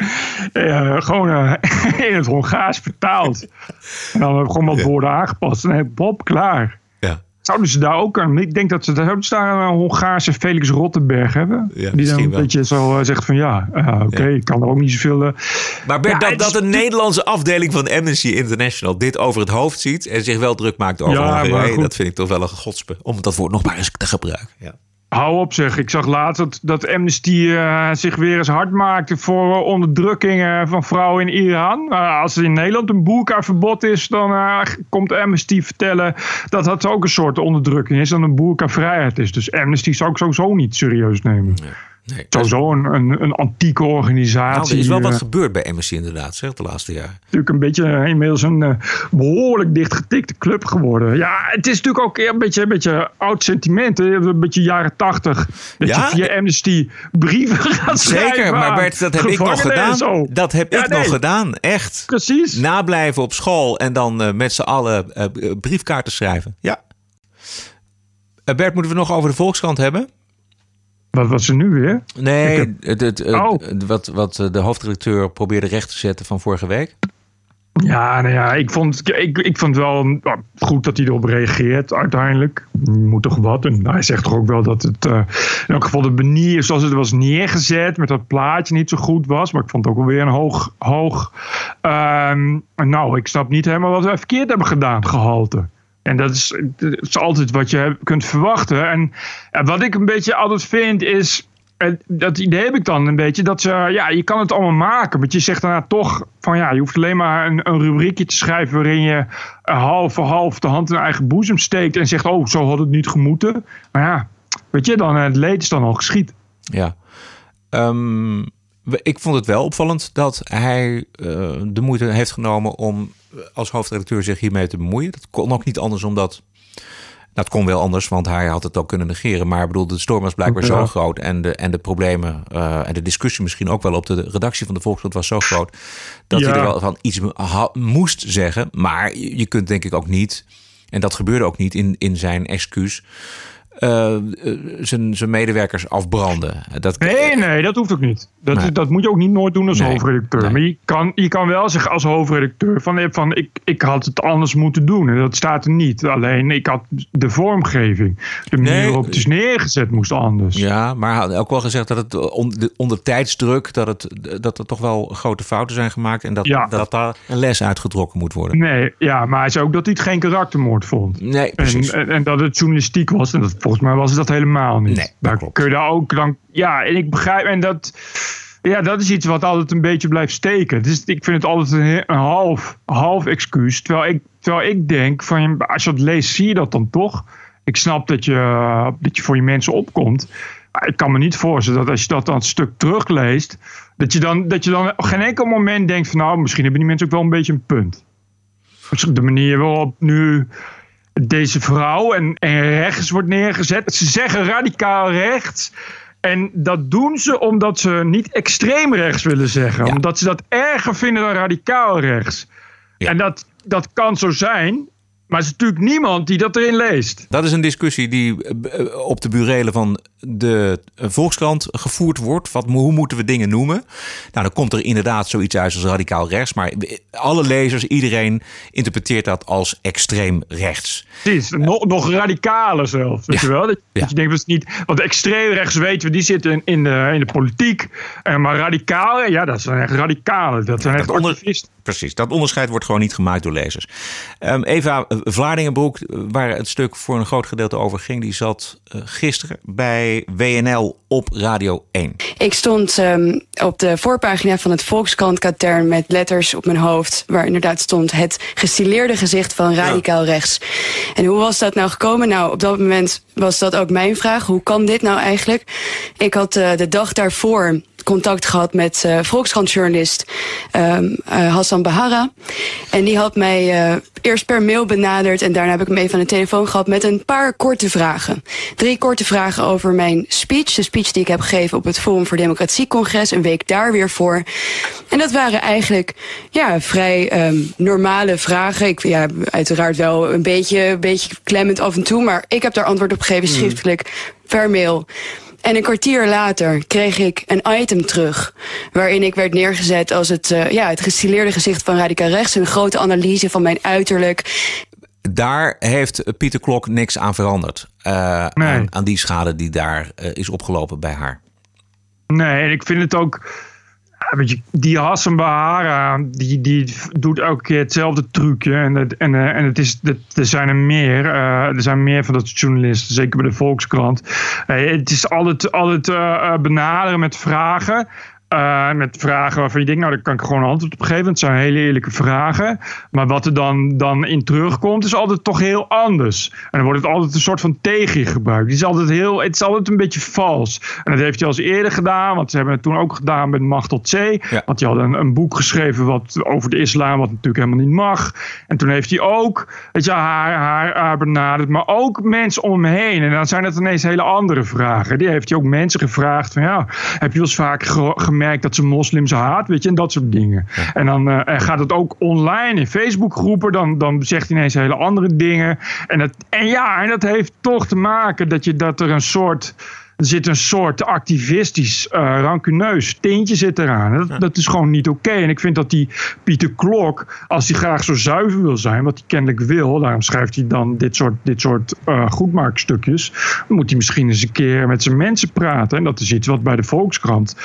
gewoon in het Hongaars vertaald. En dan hebben we gewoon wat woorden aangepast en heb Bob klaar. Zouden ze daar ook aan? Ik denk dat ze daar een Hongaarse Felix Rottenberg hebben. Ja, die dan een beetje zo zegt van ik kan er ook niet zoveel... Maar Bert, dat een Nederlandse afdeling van Amnesty International dit over het hoofd ziet en zich wel druk maakt over Hongarije, dat vind ik toch wel een godspe. Om dat woord nog maar eens te gebruiken. Ja. Hou op zeg. Ik zag laatst dat Amnesty zich weer eens hard maakte voor onderdrukking van vrouwen in Iran. Als er in Nederland een boerkaverbod is, dan komt Amnesty vertellen dat dat ook een soort onderdrukking is en een boerkavrijheid is. Dus Amnesty zou ik sowieso niet serieus nemen. Ja. Nee, sowieso een antieke organisatie. Nou, er is wel wat gebeurd bij Amnesty inderdaad, zeg, de laatste jaren. Natuurlijk een beetje inmiddels een behoorlijk dichtgetikte club geworden. Ja, het is natuurlijk ook een beetje oud sentiment. Hè? Een beetje jaren 80. Dat je via Amnesty brieven gaat schrijven. Zeker, maar Bert, dat heb ik nog gedaan. Dat heb ik nog gedaan, echt. Precies. Nablijven op school en dan met z'n allen briefkaarten schrijven. Ja. Bert, moeten we nog over de Volkskrant hebben? Wat was er nu weer? Nee, wat de hoofdredacteur probeerde recht te zetten van vorige week. Ja, ik vond wel goed dat hij erop reageert uiteindelijk. Je moet toch wat. En hij zegt toch ook wel dat het in elk geval de manier zoals het was neergezet met dat plaatje niet zo goed was. Maar ik vond het ook wel weer een hoog ik snap niet helemaal wat we verkeerd hebben gedaan, gehalte. En dat is altijd wat je kunt verwachten. En wat ik een beetje altijd vind is... Dat idee heb ik dan een beetje. Dat je kan het allemaal maken. Want je zegt daarna toch van je hoeft alleen maar een rubriekje te schrijven waarin je half de hand in eigen boezem steekt en zegt, oh, zo had het niet gemoeten. Maar ja, weet je, dan het leed is dan al geschied. Ja. Ik vond het wel opvallend dat hij de moeite heeft genomen om als hoofdredacteur zich hiermee te bemoeien. Dat kon ook niet anders omdat... Dat kon wel anders, want hij had het ook kunnen negeren. Maar ik bedoel, de storm was blijkbaar zo groot. En de problemen en de discussie misschien ook wel op de redactie van de Volkskrant was zo groot. Dat hij er wel van iets moest zeggen. Maar je kunt denk ik ook niet, en dat gebeurde ook niet in zijn excuus, zijn medewerkers afbranden. Nee, dat hoeft ook niet. Dat moet je ook niet nooit doen als hoofdredacteur. Nee. Maar je kan wel zeggen als hoofdredacteur van ik had het anders moeten doen. En dat staat er niet. Alleen ik had de vormgeving. De manier waarop het is neergezet moest anders. Ja, maar hij had ook wel gezegd dat het onder tijdsdruk dat er toch wel grote fouten zijn gemaakt. En dat daar een les uitgetrokken moet worden. Nee, ja, maar hij zei ook dat hij het geen karaktermoord vond. Nee, precies. En dat het journalistiek was. En volgens mij was het dat helemaal niet. Nee, daar kun je daar ook dan... Ja, en ik begrijp... En dat is iets wat altijd een beetje blijft steken. Dus ik vind het altijd een half excuus. Terwijl ik denk, als je het leest, zie je dat dan toch. Ik snap dat je voor je mensen opkomt. Maar ik kan me niet voorstellen dat als je dat dan een stuk terugleest... dat je dan op geen enkel moment denkt van... nou, misschien hebben die mensen ook wel een beetje een punt. De manier waarop nu... deze vrouw en rechts wordt neergezet. Ze zeggen radicaal rechts. En dat doen ze omdat ze niet extreem rechts willen zeggen. Ja. Omdat ze dat erger vinden dan radicaal rechts. Ja. En dat kan zo zijn. Maar er is natuurlijk niemand die dat erin leest. Dat is een discussie die op de burelen van de Volkskrant gevoerd wordt. Hoe moeten we dingen noemen? Nou, dan komt er inderdaad zoiets uit als radicaal rechts. Maar alle lezers, iedereen interpreteert dat als extreem rechts. Precies, nog radicaler zelf. Weet je wel? Dat je denkt, dat is niet... Want extreem rechts weten we, die zitten in de politiek. Maar radicaal, ja, dat zijn echt radicalen. Dat zijn echt activisten. Precies, dat onderscheid wordt gewoon niet gemaakt door lezers. Eva Vlaardingenbroek, waar het stuk voor een groot gedeelte over ging... die zat gisteren bij WNL op Radio 1. Ik stond op de voorpagina van het Volkskrant-katern... met letters op mijn hoofd, waar inderdaad stond... het gestileerde gezicht van radicaal rechts. En hoe was dat nou gekomen? Nou, op dat moment was dat ook mijn vraag. Hoe kan dit nou eigenlijk? Ik had de dag daarvoor... contact gehad met Volkskrant-journalist Hassan Bahara. En die had mij eerst per mail benaderd... en daarna heb ik hem even aan de telefoon gehad... met een paar korte vragen. 3 korte vragen over mijn speech. De speech die ik heb gegeven op het Forum voor Democratie-congres... een week daar weer voor. En dat waren eigenlijk vrij normale vragen. Uiteraard wel een beetje klemmend af en toe... maar ik heb daar antwoord op gegeven schriftelijk per mail... En een kwartier later kreeg ik een item terug... waarin ik werd neergezet als het gestileerde gezicht van radicaal rechts... een grote analyse van mijn uiterlijk. Daar heeft Pieter Klok niks aan veranderd. Aan die schade die daar is opgelopen bij haar. Nee, en ik vind het ook... Weet je, die Hassan Bahara, die doet elke keer hetzelfde trucje. Er zijn er meer. Er zijn meer van dat soort journalisten, zeker bij de Volkskrant. Het is altijd benaderen met vragen. Met vragen waarvan je denkt, nou, daar kan ik gewoon een antwoord op geven. Het zijn hele eerlijke vragen. Maar wat er dan in terugkomt, is altijd toch heel anders. En dan wordt het altijd een soort van tegen je gebruikt. Het is altijd een beetje vals. En dat heeft hij al eens eerder gedaan. Want ze hebben het toen ook gedaan met Macht tot Zee. Ja. Want die hadden een boek geschreven over de islam, wat natuurlijk helemaal niet mag. En toen heeft hij ook haar benaderd. Maar ook mensen om hem heen. En dan zijn het ineens hele andere vragen. Die heeft hij ook mensen gevraagd van, heb je wel eens vaak gemerkt dat ze moslims haat, weet je, en dat soort dingen. Ja. En dan gaat het ook online in Facebookgroepen, dan zegt hij ineens hele andere dingen. En dat heeft toch te maken dat er zit een soort activistisch, rancuneus tintje zit eraan. Dat is gewoon niet oké. En ik vind dat die Pieter Klok, als hij graag zo zuiver wil zijn, wat hij kennelijk wil, daarom schrijft hij dan dit soort goedmaakstukjes, dan moet hij misschien eens een keer met zijn mensen praten. En dat is iets wat bij de Volkskrant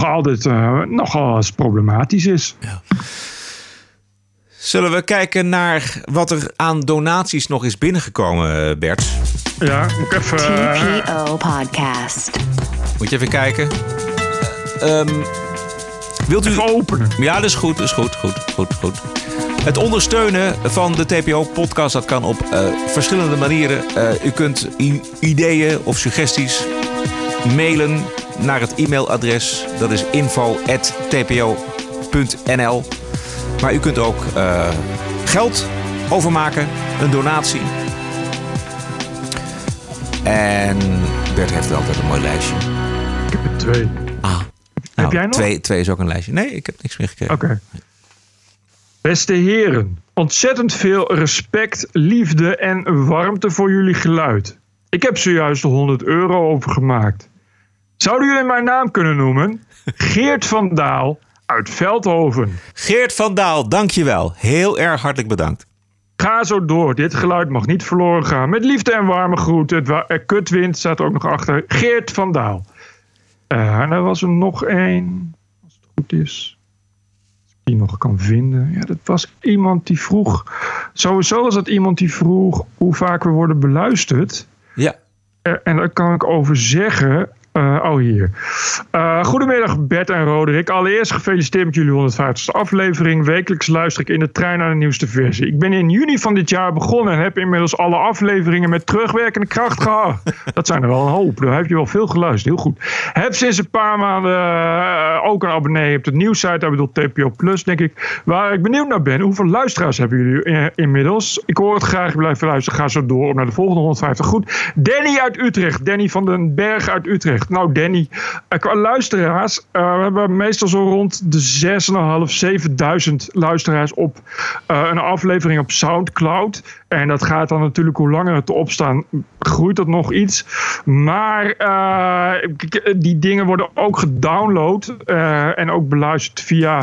nogal eens problematisch is. Ja. Zullen we kijken naar wat er aan donaties nog is binnengekomen, Bert? Ja, moet ik even... TPO Podcast. Moet je even kijken? Wilt u... Even openen. Ja, dat is goed. Goed. Het ondersteunen van de TPO-podcast, dat kan op verschillende manieren. U kunt ideeën of suggesties mailen naar het e-mailadres. Dat is info@tpo.nl. Maar u kunt ook geld overmaken, een donatie. En Bert heeft altijd een mooi lijstje. Ik heb er 2. Heb jij nog? 2 is ook een lijstje. Nee, ik heb niks meer gekregen. Oké. Beste heren, ontzettend veel respect, liefde en warmte voor jullie geluid. Ik heb zojuist €100 overgemaakt. Zouden jullie mijn naam kunnen noemen? Geert van Daal uit Veldhoven. Geert van Daal, dankjewel. Heel erg hartelijk bedankt. Ga zo door. Dit geluid mag niet verloren gaan. Met liefde en warme groeten. Kutwind staat er ook nog achter. Geert van Daal. En er was er nog één. Als het goed is. Als ik die nog kan vinden. Ja, dat was iemand die vroeg. Sowieso was dat iemand die vroeg hoe vaak we worden beluisterd. Ja. En daar kan ik over zeggen. Hier. Goedemiddag Bert en Roderick. Allereerst gefeliciteerd met jullie 150ste aflevering. Wekelijks luister ik in de trein naar de nieuwste versie. Ik ben in juni van dit jaar begonnen en heb inmiddels alle afleveringen met terugwerkende kracht gehad. Dat zijn er wel een hoop. Daar heb je wel veel geluisterd. Heel goed. Heb sinds een paar maanden ook een abonnee op de nieuwssite. Dat bedoelt TPO Plus, denk ik. Waar ik benieuwd naar ben. Hoeveel luisteraars hebben jullie inmiddels? Ik hoor het graag. Ik blijf luisteren. Ga zo door naar de volgende 150. Goed. Danny uit Utrecht. Danny van den Berg uit Utrecht. Nou, Danny, qua luisteraars, we hebben meestal zo rond de 6.500, 7.000 luisteraars op een aflevering op Soundcloud. En dat gaat dan natuurlijk, hoe langer het erop staan, groeit dat nog iets. Maar die dingen worden ook gedownload en ook beluisterd via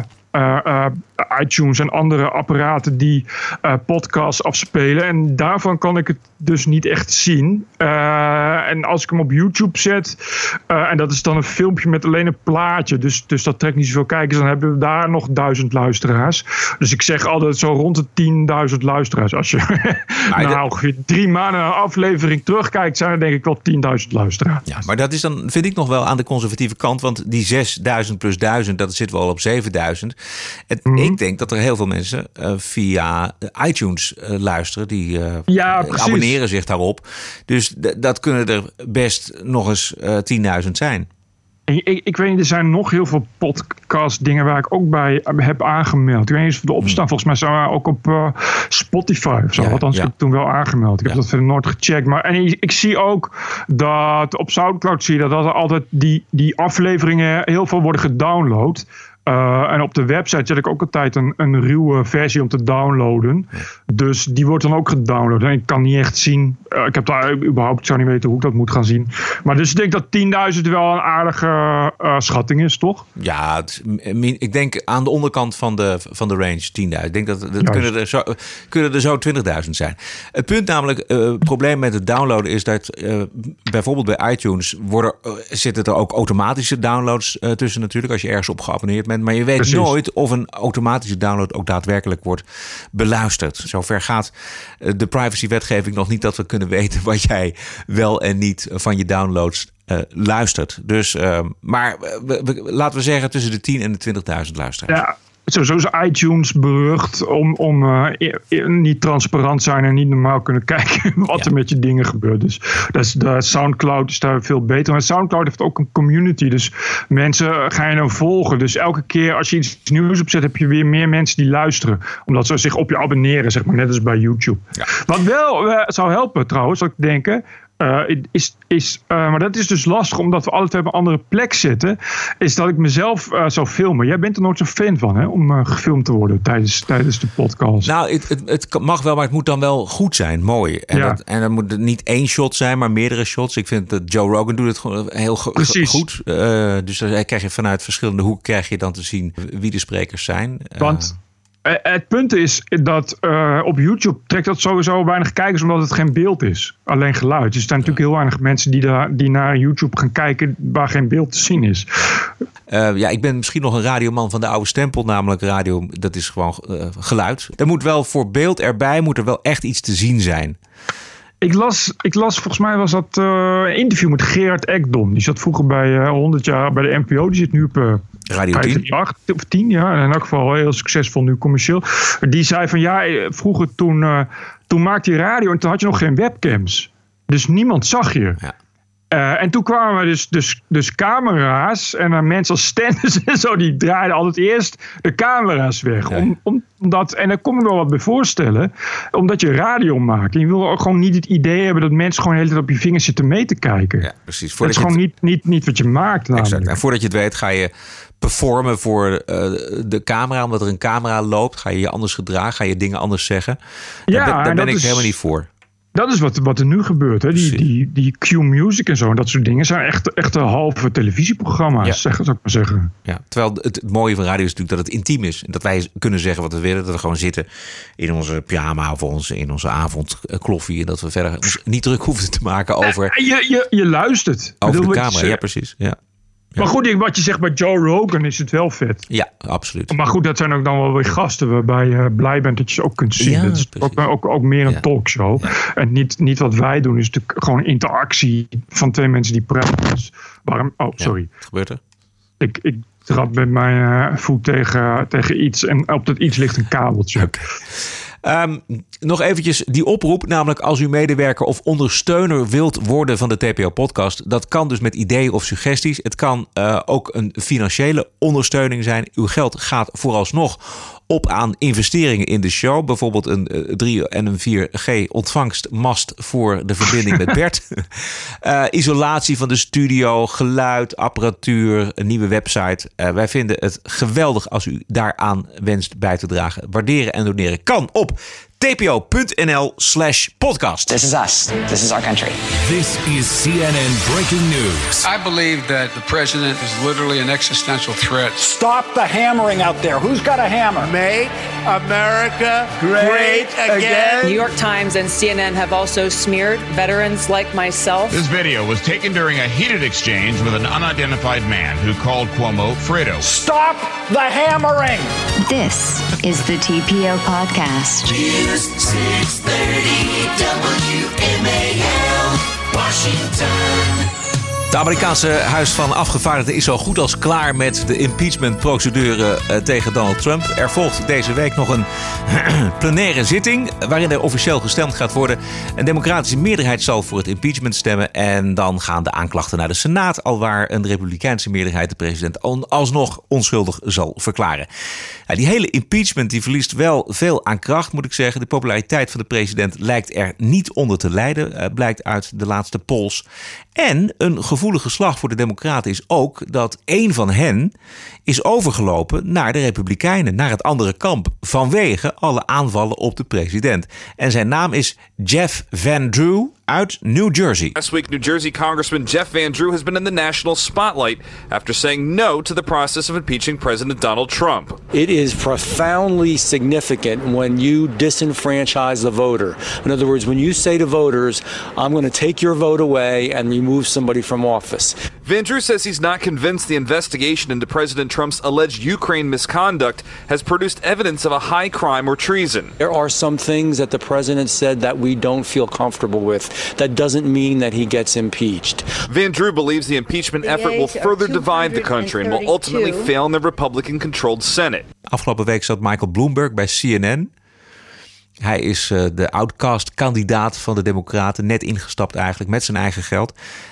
iTunes en andere apparaten die podcasts afspelen. En daarvan kan ik het dus niet echt zien. En als ik hem op YouTube zet, en dat is dan een filmpje met alleen een plaatje, dus dat trekt niet zoveel kijkers, dan hebben we daar nog 1000 luisteraars. Dus ik zeg altijd zo rond de 10.000 luisteraars. Als je ongeveer 3 maanden een aflevering terugkijkt, zijn er denk ik wel 10.000 luisteraars. Ja, maar dat is dan, vind ik, nog wel aan de conservatieve kant, want die 6.000 plus 1000, dat zit wel op 7.000. Ik denk dat er heel veel mensen via iTunes luisteren. Die abonneren zich daarop. Dus dat kunnen er best nog eens 10.000 zijn. Ik weet niet, er zijn nog heel veel podcast dingen waar ik ook bij heb aangemeld. Ik weet niet of de opstaan, volgens mij zijn we ook op Spotify of zo. Althans, ik heb toen wel aangemeld. Ik heb dat verder nooit gecheckt. Maar ik zie ook dat op Soundcloud zie je dat er altijd die afleveringen heel veel worden gedownload. En op de website zet ik ook altijd een ruwe versie om te downloaden. Dus die wordt dan ook gedownload. En ik kan niet echt zien. Ik heb daar überhaupt, ik zou niet weten hoe ik dat moet gaan zien. Maar dus ik denk dat 10.000 wel een aardige schatting is, toch? Ja, ik denk aan de onderkant van de range 10.000. Ik denk dat kunnen er zo 20.000 zijn. Het punt namelijk, het probleem met het downloaden is dat bijvoorbeeld bij iTunes zitten er ook automatische downloads tussen natuurlijk, als je ergens op geabonneerd bent. Maar je weet nooit of een automatische download ook daadwerkelijk wordt beluisterd. Zover gaat de privacywetgeving nog niet dat we kunnen weten wat jij wel en niet van je downloads luistert. Dus, maar laten we zeggen tussen de 10.000 en de 20.000 luisteraars. Ja. Sowieso is iTunes berucht om niet transparant zijn en niet normaal kunnen kijken wat er met je dingen gebeurt. Dus de Soundcloud is daar veel beter. Maar Soundcloud heeft ook een community. Dus mensen gaan je dan volgen. Dus elke keer als je iets nieuws opzet, heb je weer meer mensen die luisteren. Omdat ze zich op je abonneren, zeg maar, net als bij YouTube. Ja. Wat wel zou helpen trouwens, zou ik denken. Maar dat is dus lastig, omdat we alle twee op een andere plek zitten. Is dat ik mezelf zou filmen. Jij bent er nooit zo'n fan van, hè? Om gefilmd te worden tijdens de podcast. Nou, het mag wel, maar het moet dan wel goed zijn. Mooi. En dan moet het niet één shot zijn, maar meerdere shots. Ik vind dat Joe Rogan doet het gewoon heel goed. Dus dan krijg je vanuit verschillende hoeken krijg je dan te zien wie de sprekers zijn. Want het punt is dat op YouTube trekt dat sowieso weinig kijkers, omdat het geen beeld is. Alleen geluid. Dus er zijn natuurlijk heel weinig mensen die naar YouTube gaan kijken waar geen beeld te zien is. Ik ben misschien nog een radioman van de oude stempel. Namelijk radio, dat is gewoon geluid. Er moet wel voor beeld erbij, moet er wel echt iets te zien zijn. Ik las, volgens mij was dat een interview met Gerard Ekdom. Die zat vroeger bij 100 jaar bij de NPO. Die zit nu op Radio 10. 8 of 10, ja. En in elk geval heel succesvol nu commercieel. Die zei van vroeger toen maakte je radio en toen had je nog geen webcams. Dus niemand zag je. Ja. En toen kwamen dus camera's en dan mensen als Stennis en zo, die draaiden altijd eerst de camera's weg. Ja. Omdat, en daar kon ik me wel wat bij voorstellen, omdat je radio maakt. En je wil ook gewoon niet het idee hebben dat mensen gewoon de hele tijd op je vingers zitten mee te kijken. Ja, precies. Dat is gewoon niet wat je maakt. Namelijk. Exact. En voordat je het weet ga je performen voor de camera, omdat er een camera loopt. Ga je anders gedragen, ga je dingen anders zeggen. Daar ben ik helemaal niet voor. Dat is wat er nu gebeurt. Hè? Die Q-Music en zo. En dat soort dingen zijn echt halve televisieprogramma's. Zou ik maar zeggen. Ja, terwijl het mooie van radio is natuurlijk dat het intiem is. En dat wij kunnen zeggen wat we willen. Dat we gewoon zitten in onze pyjama of in onze avondkloffie. En dat we verder ons niet druk hoeven te maken over... Je luistert. Over de camera, ja precies. Ja. Maar goed, wat je zegt bij Joe Rogan is het wel vet. Ja, absoluut. Maar goed, dat zijn ook dan wel weer gasten waarbij je blij bent dat je ze ook kunt zien. Dat is ook meer een talkshow. Ja. En niet wat wij doen, is natuurlijk gewoon interactie van twee mensen die praten. Dus waarom? Oh, sorry. Wat gebeurt er? Ik trap met mijn voet tegen iets en op dat iets ligt een kabeltje. Okay. Nog eventjes die oproep, namelijk als u medewerker of ondersteuner wilt worden van de TPO-podcast. Dat kan dus met ideeën of suggesties. Het kan ook een financiële ondersteuning zijn. Uw geld gaat vooralsnog op aan investeringen in de show. Bijvoorbeeld een 3 en een 4G ontvangstmast voor de verbinding met Bert. Isolatie van de studio, geluid, apparatuur, een nieuwe website. Wij vinden het geweldig als u daaraan wenst bij te dragen. Waarderen en doneren kan op tpo.nl/podcast. This is us. This is our country. This is CNN Breaking News. I believe that the president is literally an existential threat. Stop the hammering out there. Who's got a hammer? Make America great again. New York Times and CNN have also smeared veterans like myself. This video was taken during a heated exchange with an unidentified man who called Cuomo Fredo. Stop the hammering. This is the TPO podcast. News 630 WMAL, Washington. Het Amerikaanse Huis van Afgevaardigden is zo goed als klaar met de impeachmentprocedure tegen Donald Trump. Er volgt deze week nog een plenaire zitting waarin er officieel gestemd gaat worden. Een democratische meerderheid zal voor het impeachment stemmen en dan gaan de aanklachten naar de Senaat, alwaar een republikeinse meerderheid de president alsnog onschuldig zal verklaren. Die hele impeachment die verliest wel veel aan kracht, moet ik zeggen. De populariteit van de president lijkt er niet onder te lijden, blijkt uit de laatste polls. En een gevoelige slag voor de Democraten is ook dat één van hen is overgelopen naar de Republikeinen, naar het andere kamp, vanwege alle aanvallen op de president. En zijn naam is Jeff Van Drew uit New Jersey. Last week, New Jersey Congressman Jeff Van Drew has been in the national spotlight after saying no to the process of impeaching President Donald Trump. It is profoundly significant when you disenfranchise the voter. In other words, when you say to voters, I'm going to take your vote away and remove somebody from office. Van Drew says he's not convinced the investigation into President Trump's alleged Ukraine misconduct has produced evidence of a high crime or treason. There are some things that the president said that we don't feel comfortable with. That doesn't mean that he gets impeached. Van Drew believes the impeachment effort will further divide the country and will ultimately fail in the Republican-controlled Senate. Afgelopen week zat Michael Bloomberg bij CNN. Hij is de outcast-kandidaat van de Democraten, net ingestapt eigenlijk met zijn eigen geld.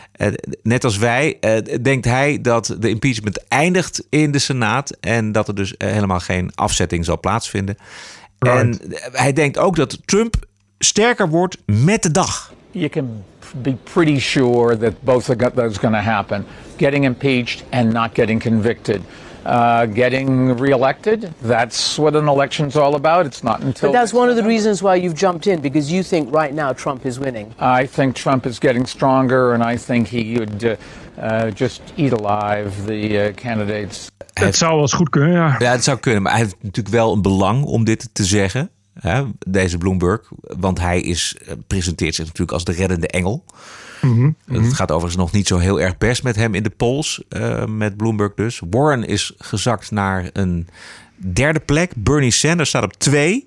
Net als wij denkt hij dat de impeachment eindigt in de Senaat en dat er dus helemaal geen afzetting zal plaatsvinden. Right. En hij denkt ook dat Trump sterker wordt met de dag. You can be pretty sure that both of those going to happen. Getting impeached and not getting convicted. Getting reelected, that's what an election's all about. It's not until... But that's one of the reasons why you've jumped in, because you think right now Trump is winning. I think Trump is getting stronger, and I think he would just eat alive the candidates. Het zou wel eens goed kunnen, ja. Ja, het zou kunnen, maar hij heeft natuurlijk wel een belang om dit te zeggen. Hè, deze Bloomberg, want hij presenteert zich natuurlijk als de reddende engel. Mm-hmm. Het gaat overigens nog niet zo heel erg best met hem in de polls, met Bloomberg dus. Warren is gezakt naar een derde plek. Bernie Sanders staat op 2.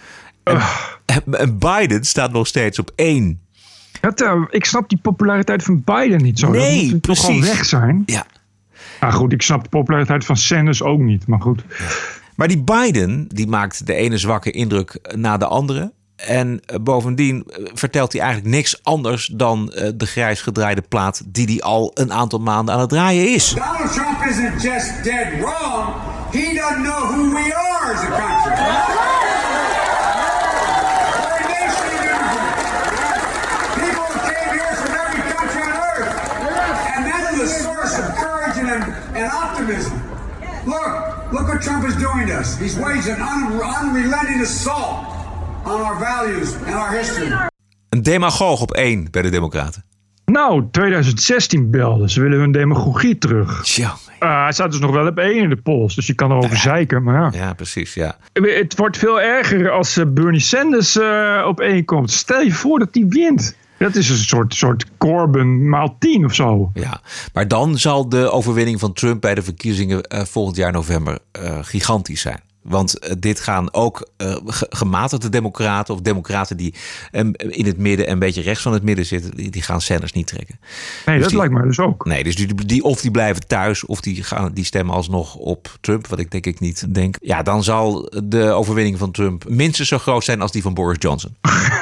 En Biden staat nog steeds op 1. Ik snap die populariteit van Biden niet zo. Nee, dat moet precies. toch al weg zijn. Ja. Nou goed, ik snap de populariteit van Sanders ook niet, maar goed. Ja. Maar die Biden, die maakt de ene zwakke indruk na de andere. En bovendien vertelt hij eigenlijk niks anders dan de grijs gedraaide plaat die hij al een aantal maanden aan het draaien is. Donald Trump isn't just dead wrong. He doesn't know who we are as a country. We're a nation of immigrants. People who came here from every country on earth. And that is a source of courage and optimism. Look what Trump is doing to us. He's waged an unrelenting assault on our values and our history. Een demagoog op 1 bij de Democraten. Nou, 2016 belden. Ze willen hun demagogie terug. Tja. Hij staat dus nog wel op 1 in de polls. Dus je kan erover zeiken. Maar ja. Ja, precies. Ja. Het wordt veel erger als Bernie Sanders op 1 komt. Stel je voor dat hij wint. Dat is een soort Corbyn maal 10 of zo. Ja, maar dan zal de overwinning van Trump bij de verkiezingen volgend jaar november gigantisch zijn. Want dit gaan ook gematigde democraten of democraten die in het midden en een beetje rechts van het midden zitten, die gaan Sanders niet trekken. Nee, dus dat lijkt mij dus ook. Nee, dus die blijven thuis of die stemmen alsnog op Trump, wat ik denk ik niet denk. Ja, dan zal de overwinning van Trump minstens zo groot zijn als die van Boris Johnson.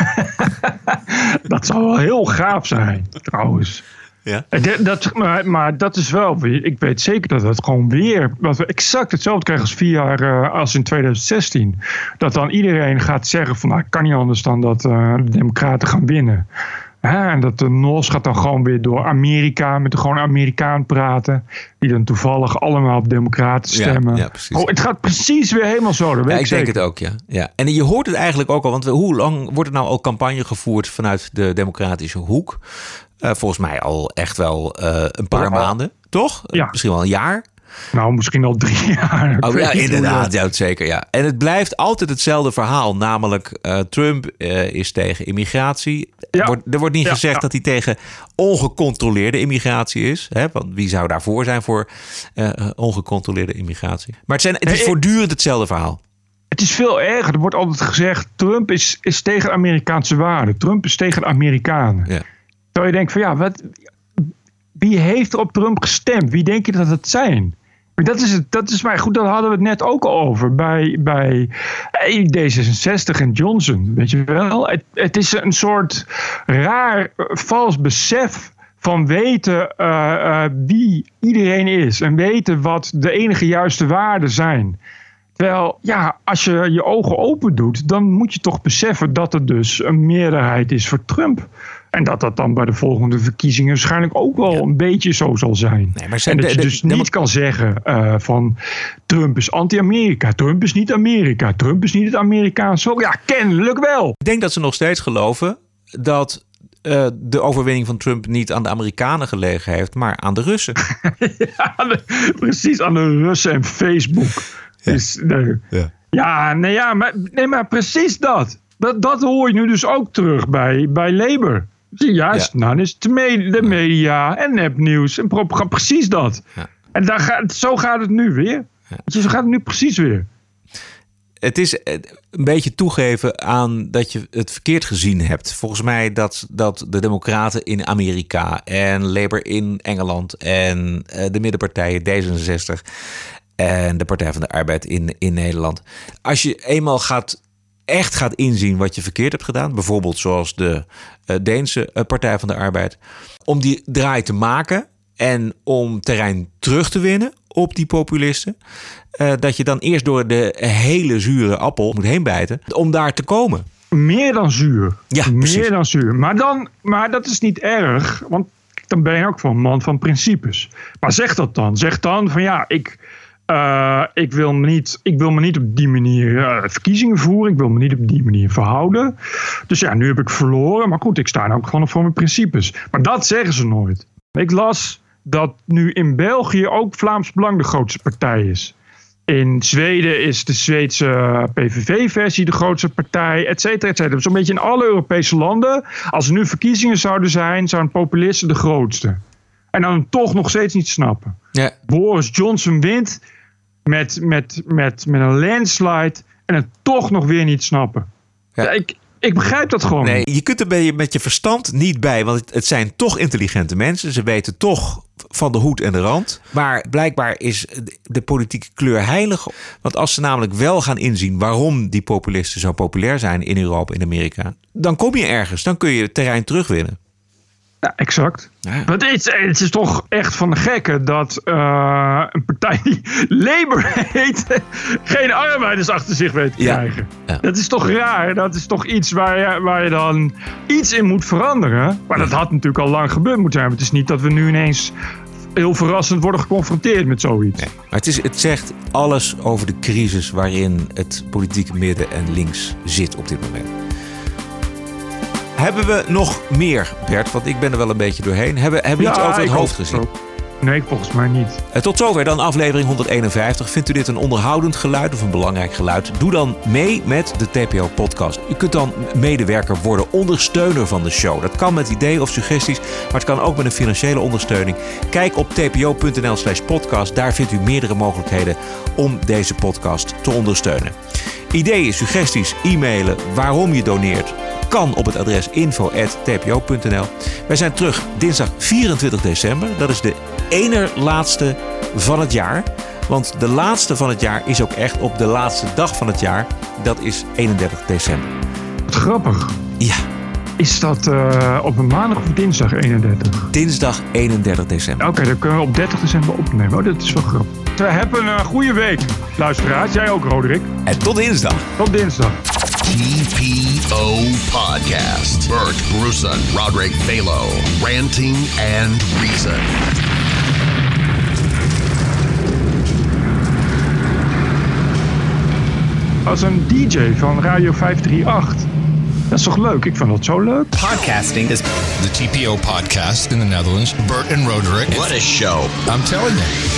Dat zou wel heel gaaf zijn, trouwens. Ja. Maar dat is wel, ik weet zeker dat het gewoon weer, dat we exact hetzelfde krijgen als 4 jaar als in 2016. Dat dan iedereen gaat zeggen van, nou, kan niet anders dan dat de Democraten gaan winnen. En dat de NOS gaat dan gewoon weer door Amerika met de gewoon Amerikaan praten. Die dan toevallig allemaal op Democraten stemmen. Ja, precies. Het gaat precies weer helemaal zo. Dat weet ik denk het ook, ja. En je hoort het eigenlijk ook al. Want hoe lang wordt er nou al campagne gevoerd vanuit de democratische hoek? Volgens mij al echt wel een paar maanden, toch? Ja. Misschien wel een jaar. Nou, misschien al 3 jaar. Oh ja, inderdaad. Ja, zeker, ja. En het blijft altijd hetzelfde verhaal. Namelijk, Trump is tegen immigratie. Ja. Er wordt niet gezegd dat hij tegen ongecontroleerde immigratie is. Hè? Want wie zou daarvoor zijn voor ongecontroleerde immigratie? Maar het is voortdurend hetzelfde verhaal. Het is veel erger. Er wordt altijd gezegd, Trump is tegen Amerikaanse waarden. Trump is tegen de Amerikanen. Ja. Terwijl je denkt van wie heeft er op Trump gestemd? Wie denk je dat het zijn? Dat is maar goed, daar hadden we het net ook al over bij D66 en Johnson. Weet je wel? Het is een soort raar vals besef van weten wie iedereen is. En weten wat de enige juiste waarden zijn. Terwijl, als je je ogen open doet, dan moet je toch beseffen dat er dus een meerderheid is voor Trump. En dat dan bij de volgende verkiezingen waarschijnlijk ook wel een beetje zo zal zijn. Nee, maar en dat je dus niet kan zeggen van Trump is anti-Amerika. Trump is niet Amerika. Trump is niet het Amerikaanse. Ja, kennelijk wel. Ik denk dat ze nog steeds geloven dat de overwinning van Trump niet aan de Amerikanen gelegen heeft, maar aan de Russen. Precies, aan de Russen en Facebook. Ja. Dus, maar precies dat. Dat hoor je nu dus ook terug bij Labour. Juist, nou, dan is het de media en nepnieuws en propaganda, precies dat. Ja. En zo gaat het nu weer. Ja. Zo gaat het nu precies weer. Het is een beetje toegeven aan dat je het verkeerd gezien hebt. Volgens mij dat de Democraten in Amerika en Labour in Engeland en de middenpartijen D66 en de Partij van de Arbeid in Nederland. Als je eenmaal echt gaat inzien wat je verkeerd hebt gedaan, bijvoorbeeld zoals de Deense Partij van de Arbeid, om die draai te maken en om terrein terug te winnen op die populisten, dat je dan eerst door de hele zure appel moet heen bijten om daar te komen. Meer dan zuur. Ja, meer dan zuur. Maar dat is niet erg, want dan ben je ook van een man van principes. Maar zeg dat dan. Zeg dan van ik wil me niet op die manier verkiezingen voeren. Ik wil me niet op die manier verhouden. Dus nu heb ik verloren. Maar goed, ik sta ook gewoon voor mijn principes. Maar dat zeggen ze nooit. Ik las dat nu in België ook Vlaams Belang de grootste partij is. In Zweden is de Zweedse PVV-versie de grootste partij, et cetera, et cetera. Zo'n beetje in alle Europese landen. Als er nu verkiezingen zouden zijn, zijn populisten de grootste. En dan toch nog steeds niet snappen. Ja. Boris Johnson wint met een landslide en het toch nog weer niet snappen. Ja. Ik begrijp dat gewoon. Nee, je kunt er met je verstand niet bij, want het zijn toch intelligente mensen. Ze weten toch van de hoed en de rand. Maar blijkbaar is de politieke kleur heilig. Want als ze namelijk wel gaan inzien waarom die populisten zo populair zijn in Europa en Amerika, dan kom je ergens. Dan kun je het terrein terugwinnen. Ja, exact. Ja. Maar het is toch echt van de gekke dat een partij die Labour heet geen arbeiders achter zich weet te krijgen. Ja. Dat is toch raar? Dat is toch iets waar je dan iets in moet veranderen? Maar dat had natuurlijk al lang gebeurd moeten zijn. Het is niet dat we nu ineens heel verrassend worden geconfronteerd met zoiets. Nee, maar het zegt alles over de crisis waarin het politieke midden en links zit op dit moment. Hebben we nog meer, Bert? Want ik ben er wel een beetje doorheen. Hebben we iets over het hoofd gezien? Nee, volgens mij niet. Tot zover dan aflevering 151. Vindt u dit een onderhoudend geluid of een belangrijk geluid? Doe dan mee met de TPO-podcast. U kunt dan medewerker worden, ondersteuner van de show. Dat kan met ideeën of suggesties, maar het kan ook met een financiële ondersteuning. Kijk op tpo.nl/podcast. Daar vindt u meerdere mogelijkheden om deze podcast te ondersteunen. Ideeën, suggesties, e-mailen, waarom je doneert, kan op het adres info@tpo.nl. Wij zijn terug dinsdag 24 december. Dat is de ene laatste van het jaar. Want de laatste van het jaar is ook echt op de laatste dag van het jaar. Dat is 31 december. Wat grappig. Ja. Is dat op een maandag of dinsdag 31? Dinsdag 31 december. Oké, dan kunnen we op 30 december opnemen. Oh, dat is wel grappig. We hebben een goede week, luisteraars. Jij ook, Roderick. En tot dinsdag. Tot dinsdag. TPO Podcast. Bert Brussen, Roderick Balo. Ranting and Reason. Als een DJ van Radio 538. Dat is toch leuk? Ik vind dat zo leuk. Podcasting is the TPO podcast in the Netherlands. Bert and Roderick. What a show. I'm telling you.